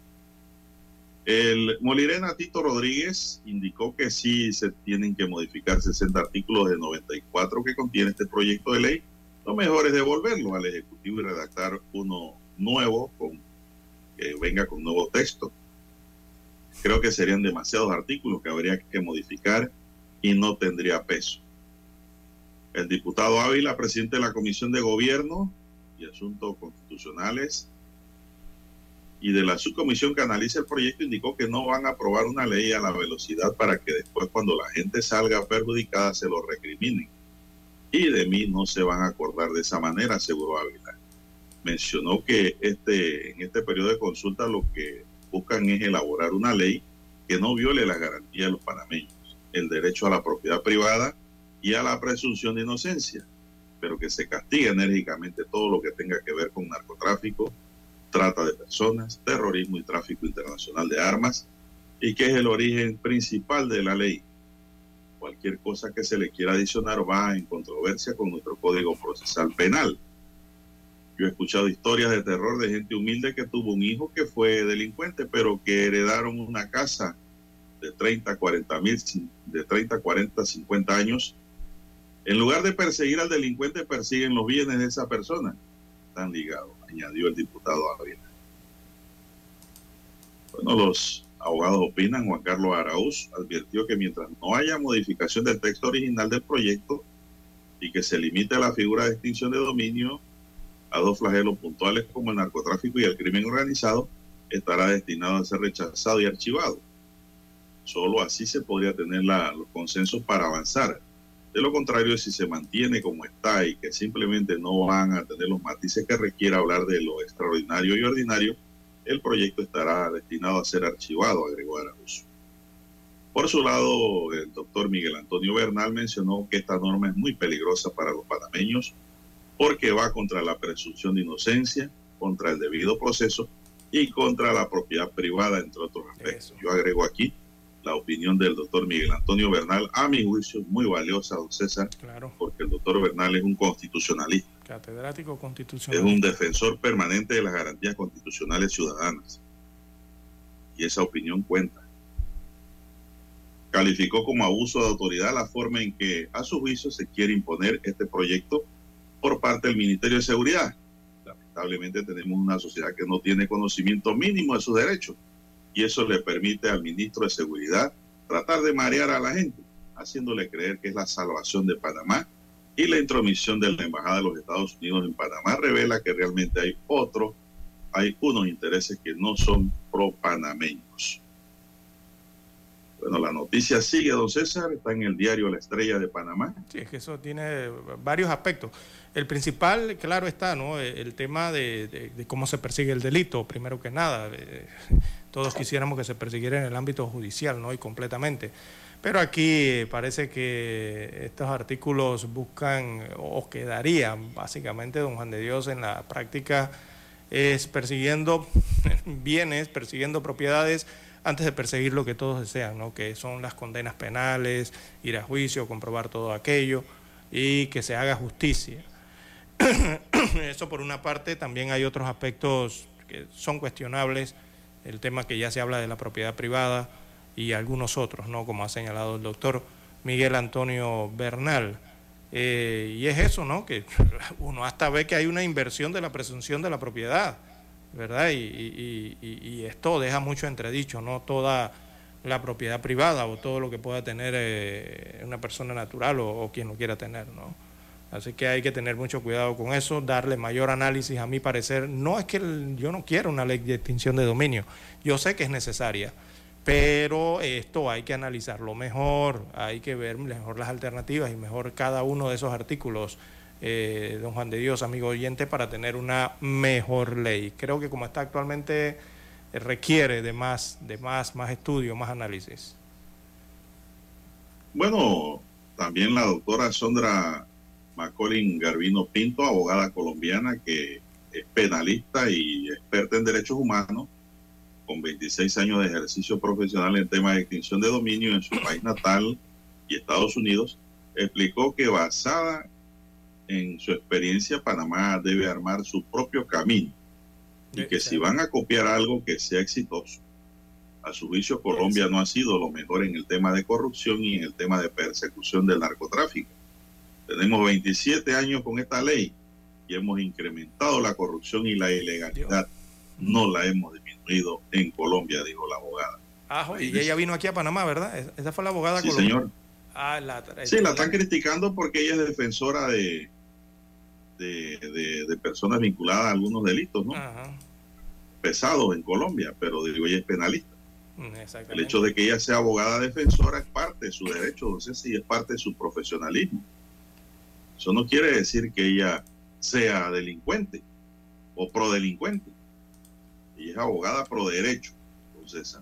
El Molirena Tito Rodríguez indicó que sí se tienen que modificar sesenta artículos de noventa y cuatro que contiene este proyecto de ley. Lo mejor es devolverlo al Ejecutivo y redactar uno nuevo con, que venga con nuevo texto. Creo que serían demasiados artículos que habría que modificar y no tendría peso. El diputado Ávila, presidente de la Comisión de Gobierno y Asuntos Constitucionales y de la subcomisión que analiza el proyecto, indicó que no van a aprobar una ley a la velocidad para que después, cuando la gente salga perjudicada, se lo recriminen. Y de mí no se van a acordar de esa manera, aseguró Ávila. Mencionó que este, en este periodo de consulta lo que buscan es elaborar una ley que no viole las garantías de los panameños, el derecho a la propiedad privada y a la presunción de inocencia, pero que se castigue enérgicamente todo lo que tenga que ver con narcotráfico, trata de personas, terrorismo y tráfico internacional de armas, y que es el origen principal de la ley. Cualquier cosa que se le quiera adicionar va en controversia con nuestro Código Procesal Penal. Yo he escuchado historias de terror de gente humilde que tuvo un hijo que fue delincuente, pero que heredaron una casa de treinta, cuarenta mil, de treinta, cuarenta, cincuenta años. En lugar de perseguir al delincuente, persiguen los bienes de esa persona. Están ligados, añadió el diputado Ávila. Bueno, los abogados opinan. Juan Carlos Araúz advirtió que mientras no haya modificación del texto original del proyecto y que se limite a la figura de extinción de dominio a dos flagelos puntuales como el narcotráfico y el crimen organizado, estará destinado a ser rechazado y archivado. Solo así se podría tener la, los consensos para avanzar. De lo contrario, si se mantiene como está y que simplemente no van a tener los matices que requiera hablar de lo extraordinario y ordinario, el proyecto estará destinado a ser archivado, agregó Araúz. Por su lado, el doctor Miguel Antonio Bernal mencionó que esta norma es muy peligrosa para los panameños porque va contra la presunción de inocencia, contra el debido proceso y contra la propiedad privada, entre otros aspectos. Eso. Yo agrego aquí la opinión del doctor Miguel Antonio Bernal, a mi juicio muy valiosa, don César, claro, porque el doctor Bernal es un constitucionalista. Catedrático constitucional. Es un defensor permanente de las garantías constitucionales ciudadanas. Y esa opinión cuenta. Calificó como abuso de autoridad la forma en que, a su juicio, se quiere imponer este proyecto por parte del Ministerio de Seguridad. Lamentablemente tenemos una sociedad que no tiene conocimiento mínimo de sus derechos. Y eso le permite al ministro de Seguridad tratar de marear a la gente, haciéndole creer que es la salvación de Panamá, y la intromisión de la Embajada de los Estados Unidos en Panamá revela que realmente hay otros, hay unos intereses que no son pro-panameños. Bueno, la noticia sigue, don César, está en el diario La Estrella de Panamá. Sí, es que eso tiene varios aspectos. El principal, claro está, ¿no? El tema de, de, de cómo se persigue el delito, primero que nada. Eh, todos quisiéramos que se persiguiera en el ámbito judicial, ¿no? Y completamente. Pero aquí parece que estos artículos buscan, o quedarían, básicamente, don Juan de Dios, en la práctica, es persiguiendo bienes, persiguiendo propiedades, antes de perseguir lo que todos desean, ¿no? Que son las condenas penales, ir a juicio, comprobar todo aquello y que se haga justicia. Eso por una parte. También hay otros aspectos que son cuestionables, el tema que ya se habla de la propiedad privada y algunos otros, ¿no? Como ha señalado el doctor Miguel Antonio Bernal. Eh, y es eso, ¿no? Que uno hasta ve que hay una inversión de la presunción de la propiedad, ¿verdad? Y, y, y, y esto deja mucho entredicho, ¿no? Toda la propiedad privada o todo lo que pueda tener eh, una persona natural o, o quien lo quiera tener, ¿no? Así que hay que tener mucho cuidado con eso, darle mayor análisis. A mi parecer, no es que el, yo no quiero una ley de extinción de dominio, yo sé que es necesaria, pero esto hay que analizarlo mejor, hay que ver mejor las alternativas y mejor cada uno de esos artículos, eh, don Juan de Dios, amigo oyente, para tener una mejor ley. Creo que como está actualmente eh, requiere de más, de más, más estudio, más análisis. Bueno, también la doctora Sondra Macolín Garbino Pinto, abogada colombiana que es penalista y experta en derechos humanos, con veintiséis años de ejercicio profesional en temas de extinción de dominio en su país natal y Estados Unidos, explicó que basada en su experiencia, Panamá debe armar su propio camino y que si van a copiar algo que sea exitoso. A su juicio, Colombia no ha sido lo mejor en el tema de corrupción y en el tema de persecución del narcotráfico. Tenemos veintisiete años con esta ley y hemos incrementado la corrupción y la ilegalidad. No la hemos disminuido en Colombia, dijo la abogada. Ah, y ella vino aquí a Panamá, ¿verdad? Esa fue la abogada sí, colombiana. Señor. Ah, la, sí, la están criticando porque ella es defensora de, de, de, de personas vinculadas a algunos delitos, ¿no? Ajá. Pesados en Colombia, pero digo, ella es penalista. El hecho de que ella sea abogada defensora es parte de su derecho, no sé si es parte de su profesionalismo. Eso no quiere decir que ella sea delincuente o prodelincuente. Ella es abogada pro derecho, entonces,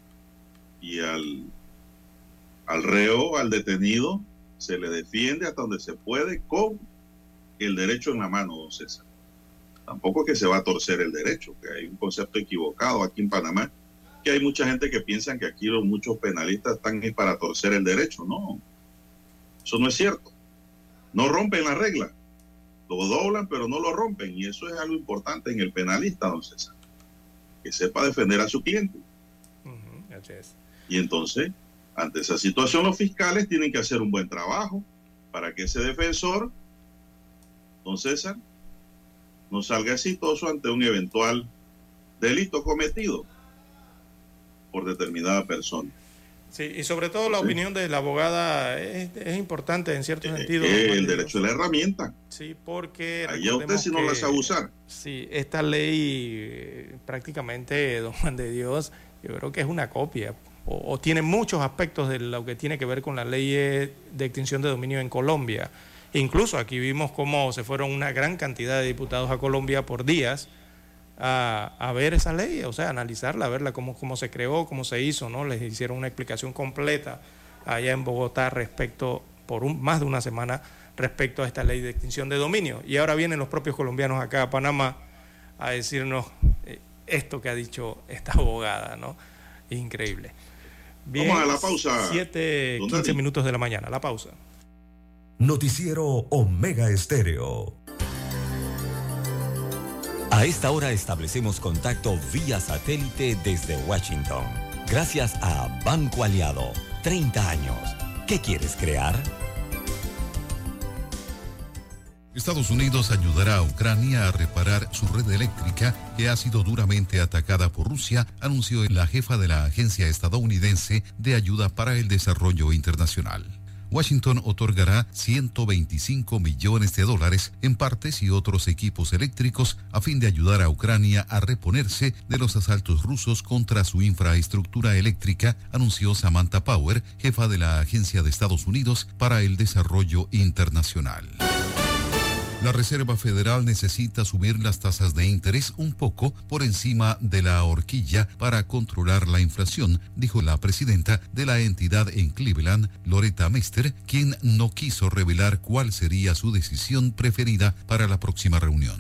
y al, al reo, al detenido, se le defiende hasta donde se puede con el derecho en la mano, don César. Tampoco es que se va a torcer el derecho, que hay un concepto equivocado aquí en Panamá, que hay mucha gente que piensa que aquí los muchos penalistas están para torcer el derecho. No, eso no es cierto. No rompen la regla, lo doblan pero no lo rompen, y eso es algo importante en el penalista, don César, que sepa defender a su cliente. Uh-huh, así es. Y entonces, ante esa situación, los fiscales tienen que hacer un buen trabajo para que ese defensor, don César, no salga exitoso ante un eventual delito cometido por determinada persona. Sí, y sobre todo la sí. opinión de la abogada es, es importante en cierto eh, sentido. Eh, el derecho es la herramienta. Sí, porque... Allá usted si no la sabe usar. Sí, esta ley eh, prácticamente, don Juan de Dios, yo creo que es una copia, o, o tiene muchos aspectos de lo que tiene que ver con la ley de extinción de dominio en Colombia. Incluso aquí vimos cómo se fueron una gran cantidad de diputados a Colombia por días a, a ver esa ley, o sea, analizarla, a verla cómo, cómo se creó, cómo se hizo, ¿no? Les hicieron una explicación completa allá en Bogotá respecto, por un, más de una semana, respecto a esta ley de extinción de dominio. Y ahora vienen los propios colombianos acá a Panamá a decirnos eh, esto que ha dicho esta abogada, ¿no? Increíble. Bien, vamos a la pausa. siete, quince minutos de la mañana, la pausa. Noticiero Omega Estéreo. A esta hora establecemos contacto vía satélite desde Washington. Gracias a Banco Aliado. treinta años. ¿Qué quieres crear? Estados Unidos ayudará a Ucrania a reparar su red eléctrica que ha sido duramente atacada por Rusia, anunció la jefa de la Agencia Estadounidense de Ayuda para el Desarrollo Internacional. Washington otorgará ciento veinticinco millones de dólares en partes y otros equipos eléctricos a fin de ayudar a Ucrania a reponerse de los asaltos rusos contra su infraestructura eléctrica, anunció Samantha Power, jefa de la Agencia de Estados Unidos para el Desarrollo Internacional. La Reserva Federal necesita subir las tasas de interés un poco por encima de la horquilla para controlar la inflación, dijo la presidenta de la entidad en Cleveland, Loretta Mester, quien no quiso revelar cuál sería su decisión preferida para la próxima reunión.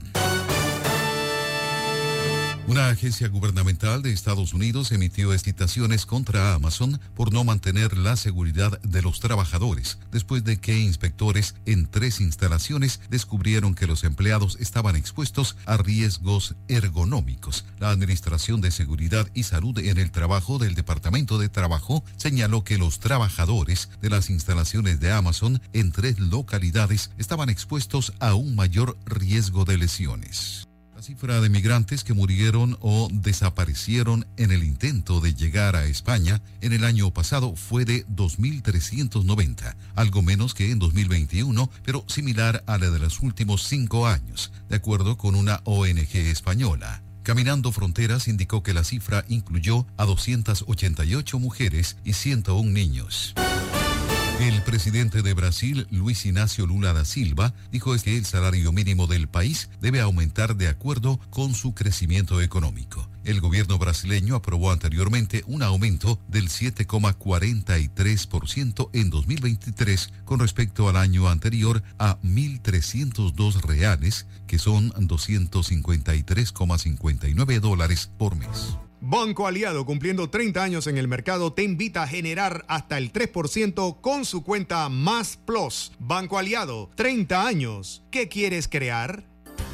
Una agencia gubernamental de Estados Unidos emitió citaciones contra Amazon por no mantener la seguridad de los trabajadores, después de que inspectores en tres instalaciones descubrieron que los empleados estaban expuestos a riesgos ergonómicos. La Administración de Seguridad y Salud en el Trabajo del Departamento de Trabajo señaló que los trabajadores de las instalaciones de Amazon en tres localidades estaban expuestos a un mayor riesgo de lesiones. cifra de migrantes que murieron o desaparecieron en el intento de llegar a España en el año pasado fue de dos mil trescientos noventa, algo menos que en dos mil veintiuno, pero similar a la de los últimos cinco años, de acuerdo con una O N G española. Caminando Fronteras indicó que la cifra incluyó a doscientas ochenta y ocho mujeres y ciento uno niños. El presidente de Brasil, Luis Inácio Lula da Silva, dijo que el salario mínimo del país debe aumentar de acuerdo con su crecimiento económico. El gobierno brasileño aprobó anteriormente un aumento del siete coma cuarenta y tres por ciento en dos mil veintitrés con respecto al año anterior a mil trescientos dos reales, que son doscientos cincuenta y tres coma cincuenta y nueve dólares por mes. Banco Aliado, cumpliendo treinta años en el mercado, te invita a generar hasta el tres por ciento con su cuenta Más Plus. Banco Aliado, treinta años. ¿Qué quieres crear?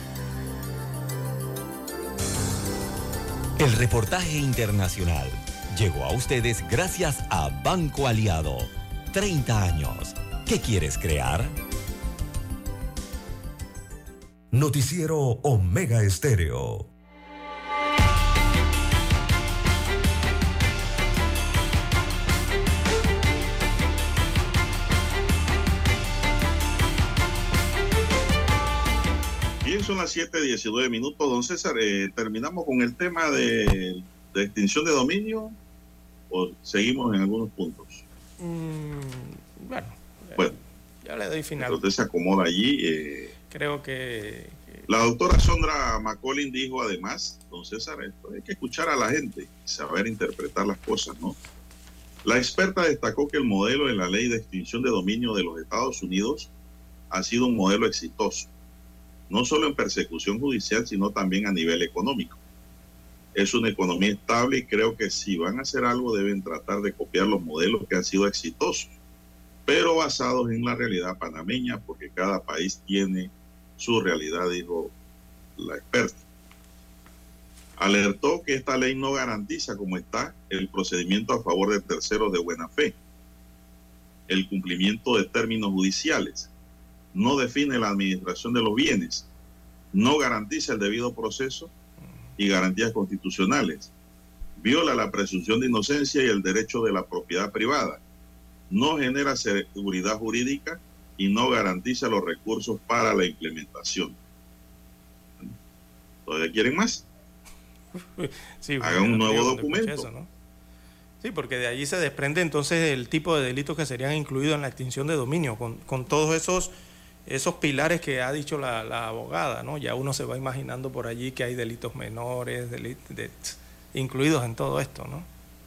El reportaje internacional llegó a ustedes gracias a Banco Aliado. treinta años. ¿Qué quieres crear? Noticiero Omega Estéreo. Bien, son las siete diecinueve minutos. Don César, eh, ¿terminamos con el tema de, de extinción de dominio o seguimos en algunos puntos? Mm, bueno, bueno, ya le doy final. Usted se acomoda allí. Eh, Creo que, que... La doctora Sondra McCollin dijo además, don César, esto hay que escuchar a la gente y saber interpretar las cosas, ¿no? La experta destacó que el modelo en la ley de extinción de dominio de los Estados Unidos ha sido un modelo exitoso, no solo en persecución judicial, sino también a nivel económico. Es una economía estable y creo que si van a hacer algo deben tratar de copiar los modelos que han sido exitosos, pero basados en la realidad panameña, porque cada país tiene su realidad, dijo la experta. Alertó que esta ley no garantiza, como está, el procedimiento a favor de terceros de buena fe, el cumplimiento de términos judiciales, no define la administración de los bienes, no garantiza el debido proceso y garantías constitucionales, viola la presunción de inocencia y el derecho de la propiedad privada, no genera seguridad jurídica y no garantiza los recursos para la implementación. ¿Todavía quieren más? Sí, hagan un nuevo documento. Eso, ¿no? Sí, porque de allí se desprende entonces el tipo de delitos que serían incluidos en la extinción de dominio, con, con todos esos esos pilares que ha dicho la, la abogada, ¿no? Ya uno se va imaginando por allí que hay delitos menores, delitos de, incluidos en todo esto, ¿no?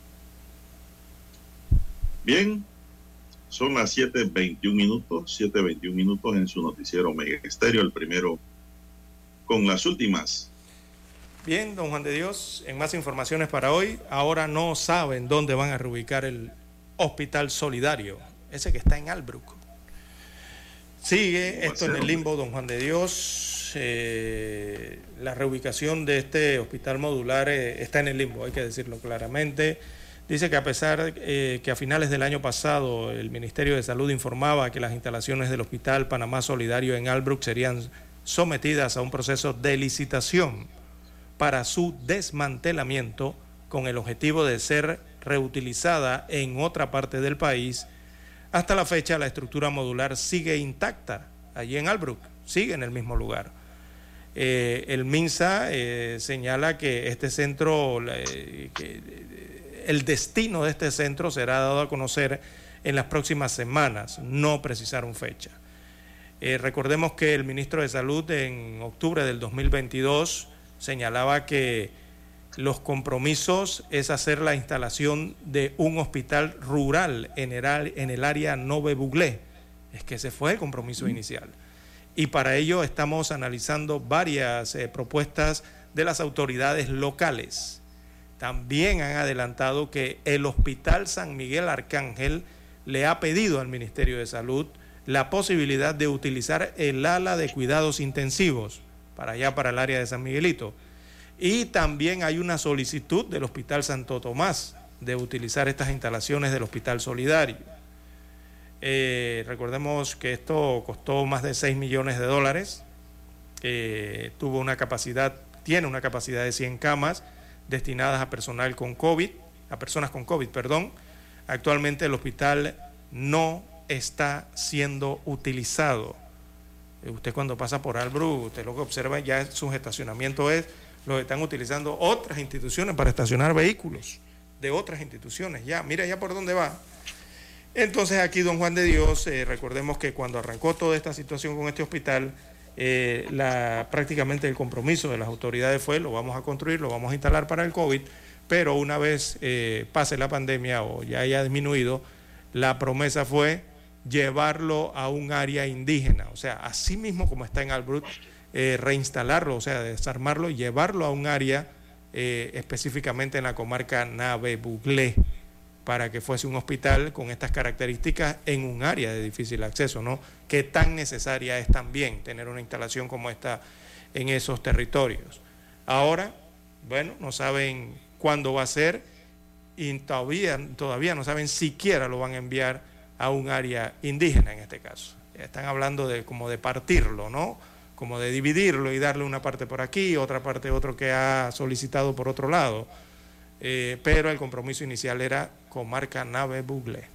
Bien, son las siete veintiún minutos, siete veintiún minutos en su noticiero Omega Estéreo, el primero con las últimas. Bien, don Juan de Dios, en más informaciones para hoy, ahora no saben dónde van a reubicar el Hospital Solidario, ese que está en Albrook. Sigue esto en el limbo, don Juan de Dios. Eh, la reubicación de este hospital modular eh, está en el limbo, hay que decirlo claramente. Dice que a pesar eh, que a finales del año pasado el Ministerio de Salud informaba que las instalaciones del Hospital Panamá Solidario en Albrook serían sometidas a un proceso de licitación para su desmantelamiento con el objetivo de ser reutilizada en otra parte del país, hasta la fecha la estructura modular sigue intacta allí en Albrook, sigue en el mismo lugar. Eh, el MINSA eh, señala que este centro, eh, que el destino de este centro será dado a conocer en las próximas semanas, no precisaron fecha. Eh, recordemos que el ministro de Salud en octubre del dos mil veintidós señalaba que los compromisos es hacer la instalación de un hospital rural en el, en el área Nove Buglé. Es que ese fue el compromiso inicial. Y para ello estamos analizando varias eh, propuestas de las autoridades locales. También han adelantado que el Hospital San Miguel Arcángel le ha pedido al Ministerio de Salud la posibilidad de utilizar el ala de cuidados intensivos para allá, para el área de San Miguelito. Y también hay una solicitud del Hospital Santo Tomás de utilizar estas instalaciones del Hospital Solidario. Eh, recordemos que esto costó más de seis millones de dólares, eh, tuvo una capacidad tiene una capacidad de cien camas destinadas a personal con COVID, a personas con COVID, perdón. Actualmente el hospital no está siendo utilizado. Usted cuando pasa por Albrook, usted lo que observa ya su estacionamiento es, lo están utilizando otras instituciones para estacionar vehículos de otras instituciones. Ya, mira ya por dónde va. Entonces aquí don Juan de Dios, eh, recordemos que cuando arrancó toda esta situación con este hospital, eh, la, prácticamente el compromiso de las autoridades fue, lo vamos a construir, lo vamos a instalar para el COVID, pero una vez eh, pase la pandemia o ya haya disminuido, la promesa fue llevarlo a un área indígena, o sea, así mismo como está en Albrook, eh, reinstalarlo, o sea, desarmarlo y llevarlo a un área eh, específicamente en la comarca Nave-Buglé, para que fuese un hospital con estas características en un área de difícil acceso, ¿no? Que tan necesaria es también tener una instalación como esta en esos territorios. Ahora, bueno, no saben cuándo va a ser y todavía, todavía no saben siquiera lo van a enviar a un área indígena en este caso. Están hablando de como de partirlo, ¿no? Como de dividirlo y darle una parte por aquí, otra parte otro que ha solicitado por otro lado. Eh, pero el compromiso inicial era comarca Nave-Buglé.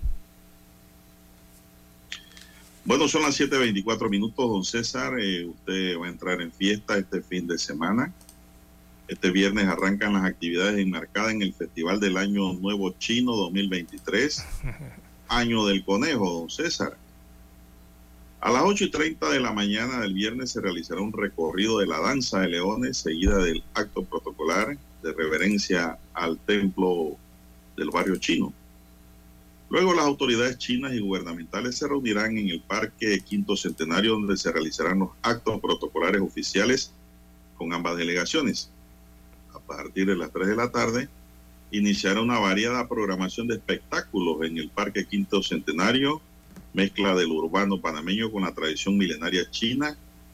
Bueno, son las siete veinticuatro minutos, don César. Eh, usted va a entrar en fiesta este fin de semana. Este viernes arrancan las actividades enmarcadas en el Festival del Año Nuevo Chino dos mil veintitrés. Año del Conejo, don César. A las ocho y treinta de la mañana del viernes se realizará un recorrido de la danza de leones, seguida del acto protocolar de reverencia al templo del barrio chino. Luego las autoridades chinas y gubernamentales se reunirán en el Parque Quinto Centenario, donde se realizarán los actos protocolares oficiales con ambas delegaciones. A partir de las tres de la tarde, iniciará una variada programación de espectáculos en el Parque Quinto Centenario, mezcla del urbano panameño con la tradición milenaria china,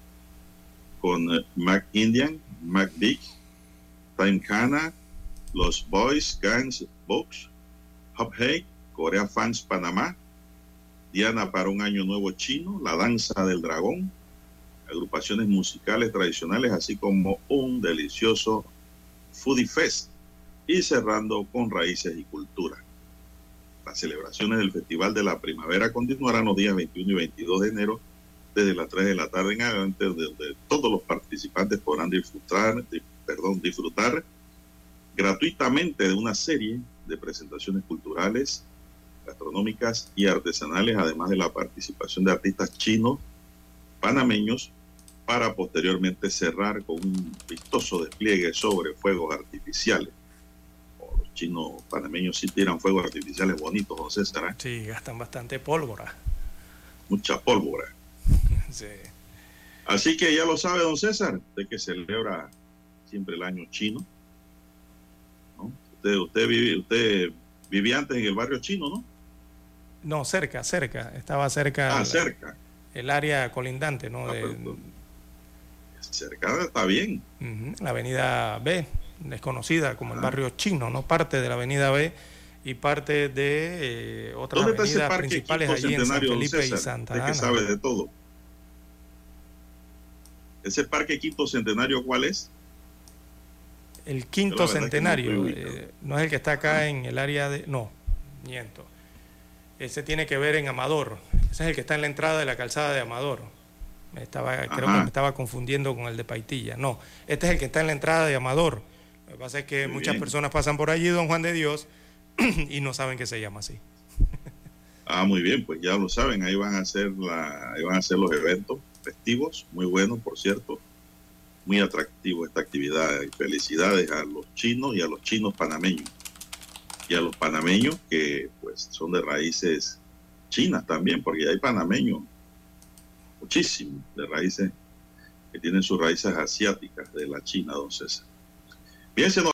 con Mac Indian, Mac Big, Time Kana, Los Boys, Guns, Box, Hop Hey, Corea Fans Panamá, Diana para un Año Nuevo Chino, La Danza del Dragón, agrupaciones musicales tradicionales, así como un delicioso Foodie Fest, y cerrando con Raíces y Cultura. Las celebraciones del Festival de la Primavera continuarán los días veintiuno y veintidós de enero desde las tres de la tarde en adelante, donde todos los participantes podrán disfrutar, perdón, disfrutar gratuitamente de una serie de presentaciones culturales, gastronómicas y artesanales, además de la participación de artistas chinos, panameños, para posteriormente cerrar con un vistoso despliegue sobre fuegos artificiales. Los chinos panameños sí tiran fuegos artificiales bonitos, don César, ¿eh? Sí, gastan bastante pólvora. Mucha pólvora. Sí. Así que ya lo sabe, don César, de que celebra siempre el año chino, ¿no? Usted, usted, vive, usted vivía antes en el barrio chino, ¿no? No, cerca, cerca. Estaba cerca. Ah, la, cerca. El área colindante, ¿no? Ah, de, pero, cerca está bien. Uh-huh, la avenida B, desconocida como ah. el barrio chino, ¿no? Parte de la avenida B y parte de eh, otras avenidas principales allí en San Felipe y Santa Ana. Usted que sabe de todo. ¿Ese parque Quinto Centenario cuál es? El Quinto Centenario, no, eh, no es el que está acá ah. en el área de... No, miento. Ese tiene que ver en Amador. Ese es el que está en la entrada de la calzada de Amador. Me estaba, creo que me estaba confundiendo con el de Paitilla. No, este es el que está en la entrada de Amador. Lo que pasa es que muy muchas bien. personas pasan por allí, don Juan de Dios, y no saben que se llama así. Ah, muy bien, pues ya lo saben. Ahí van a hacer la, ahí van a hacer los eventos festivos, muy buenos, por cierto. Muy atractivo esta actividad. Y felicidades a los chinos y a los chinos panameños. Y a los panameños que pues son de raíces chinas también, porque hay panameños muchísimos de raíces que tienen sus raíces asiáticas de la China, don César. Bien, se nos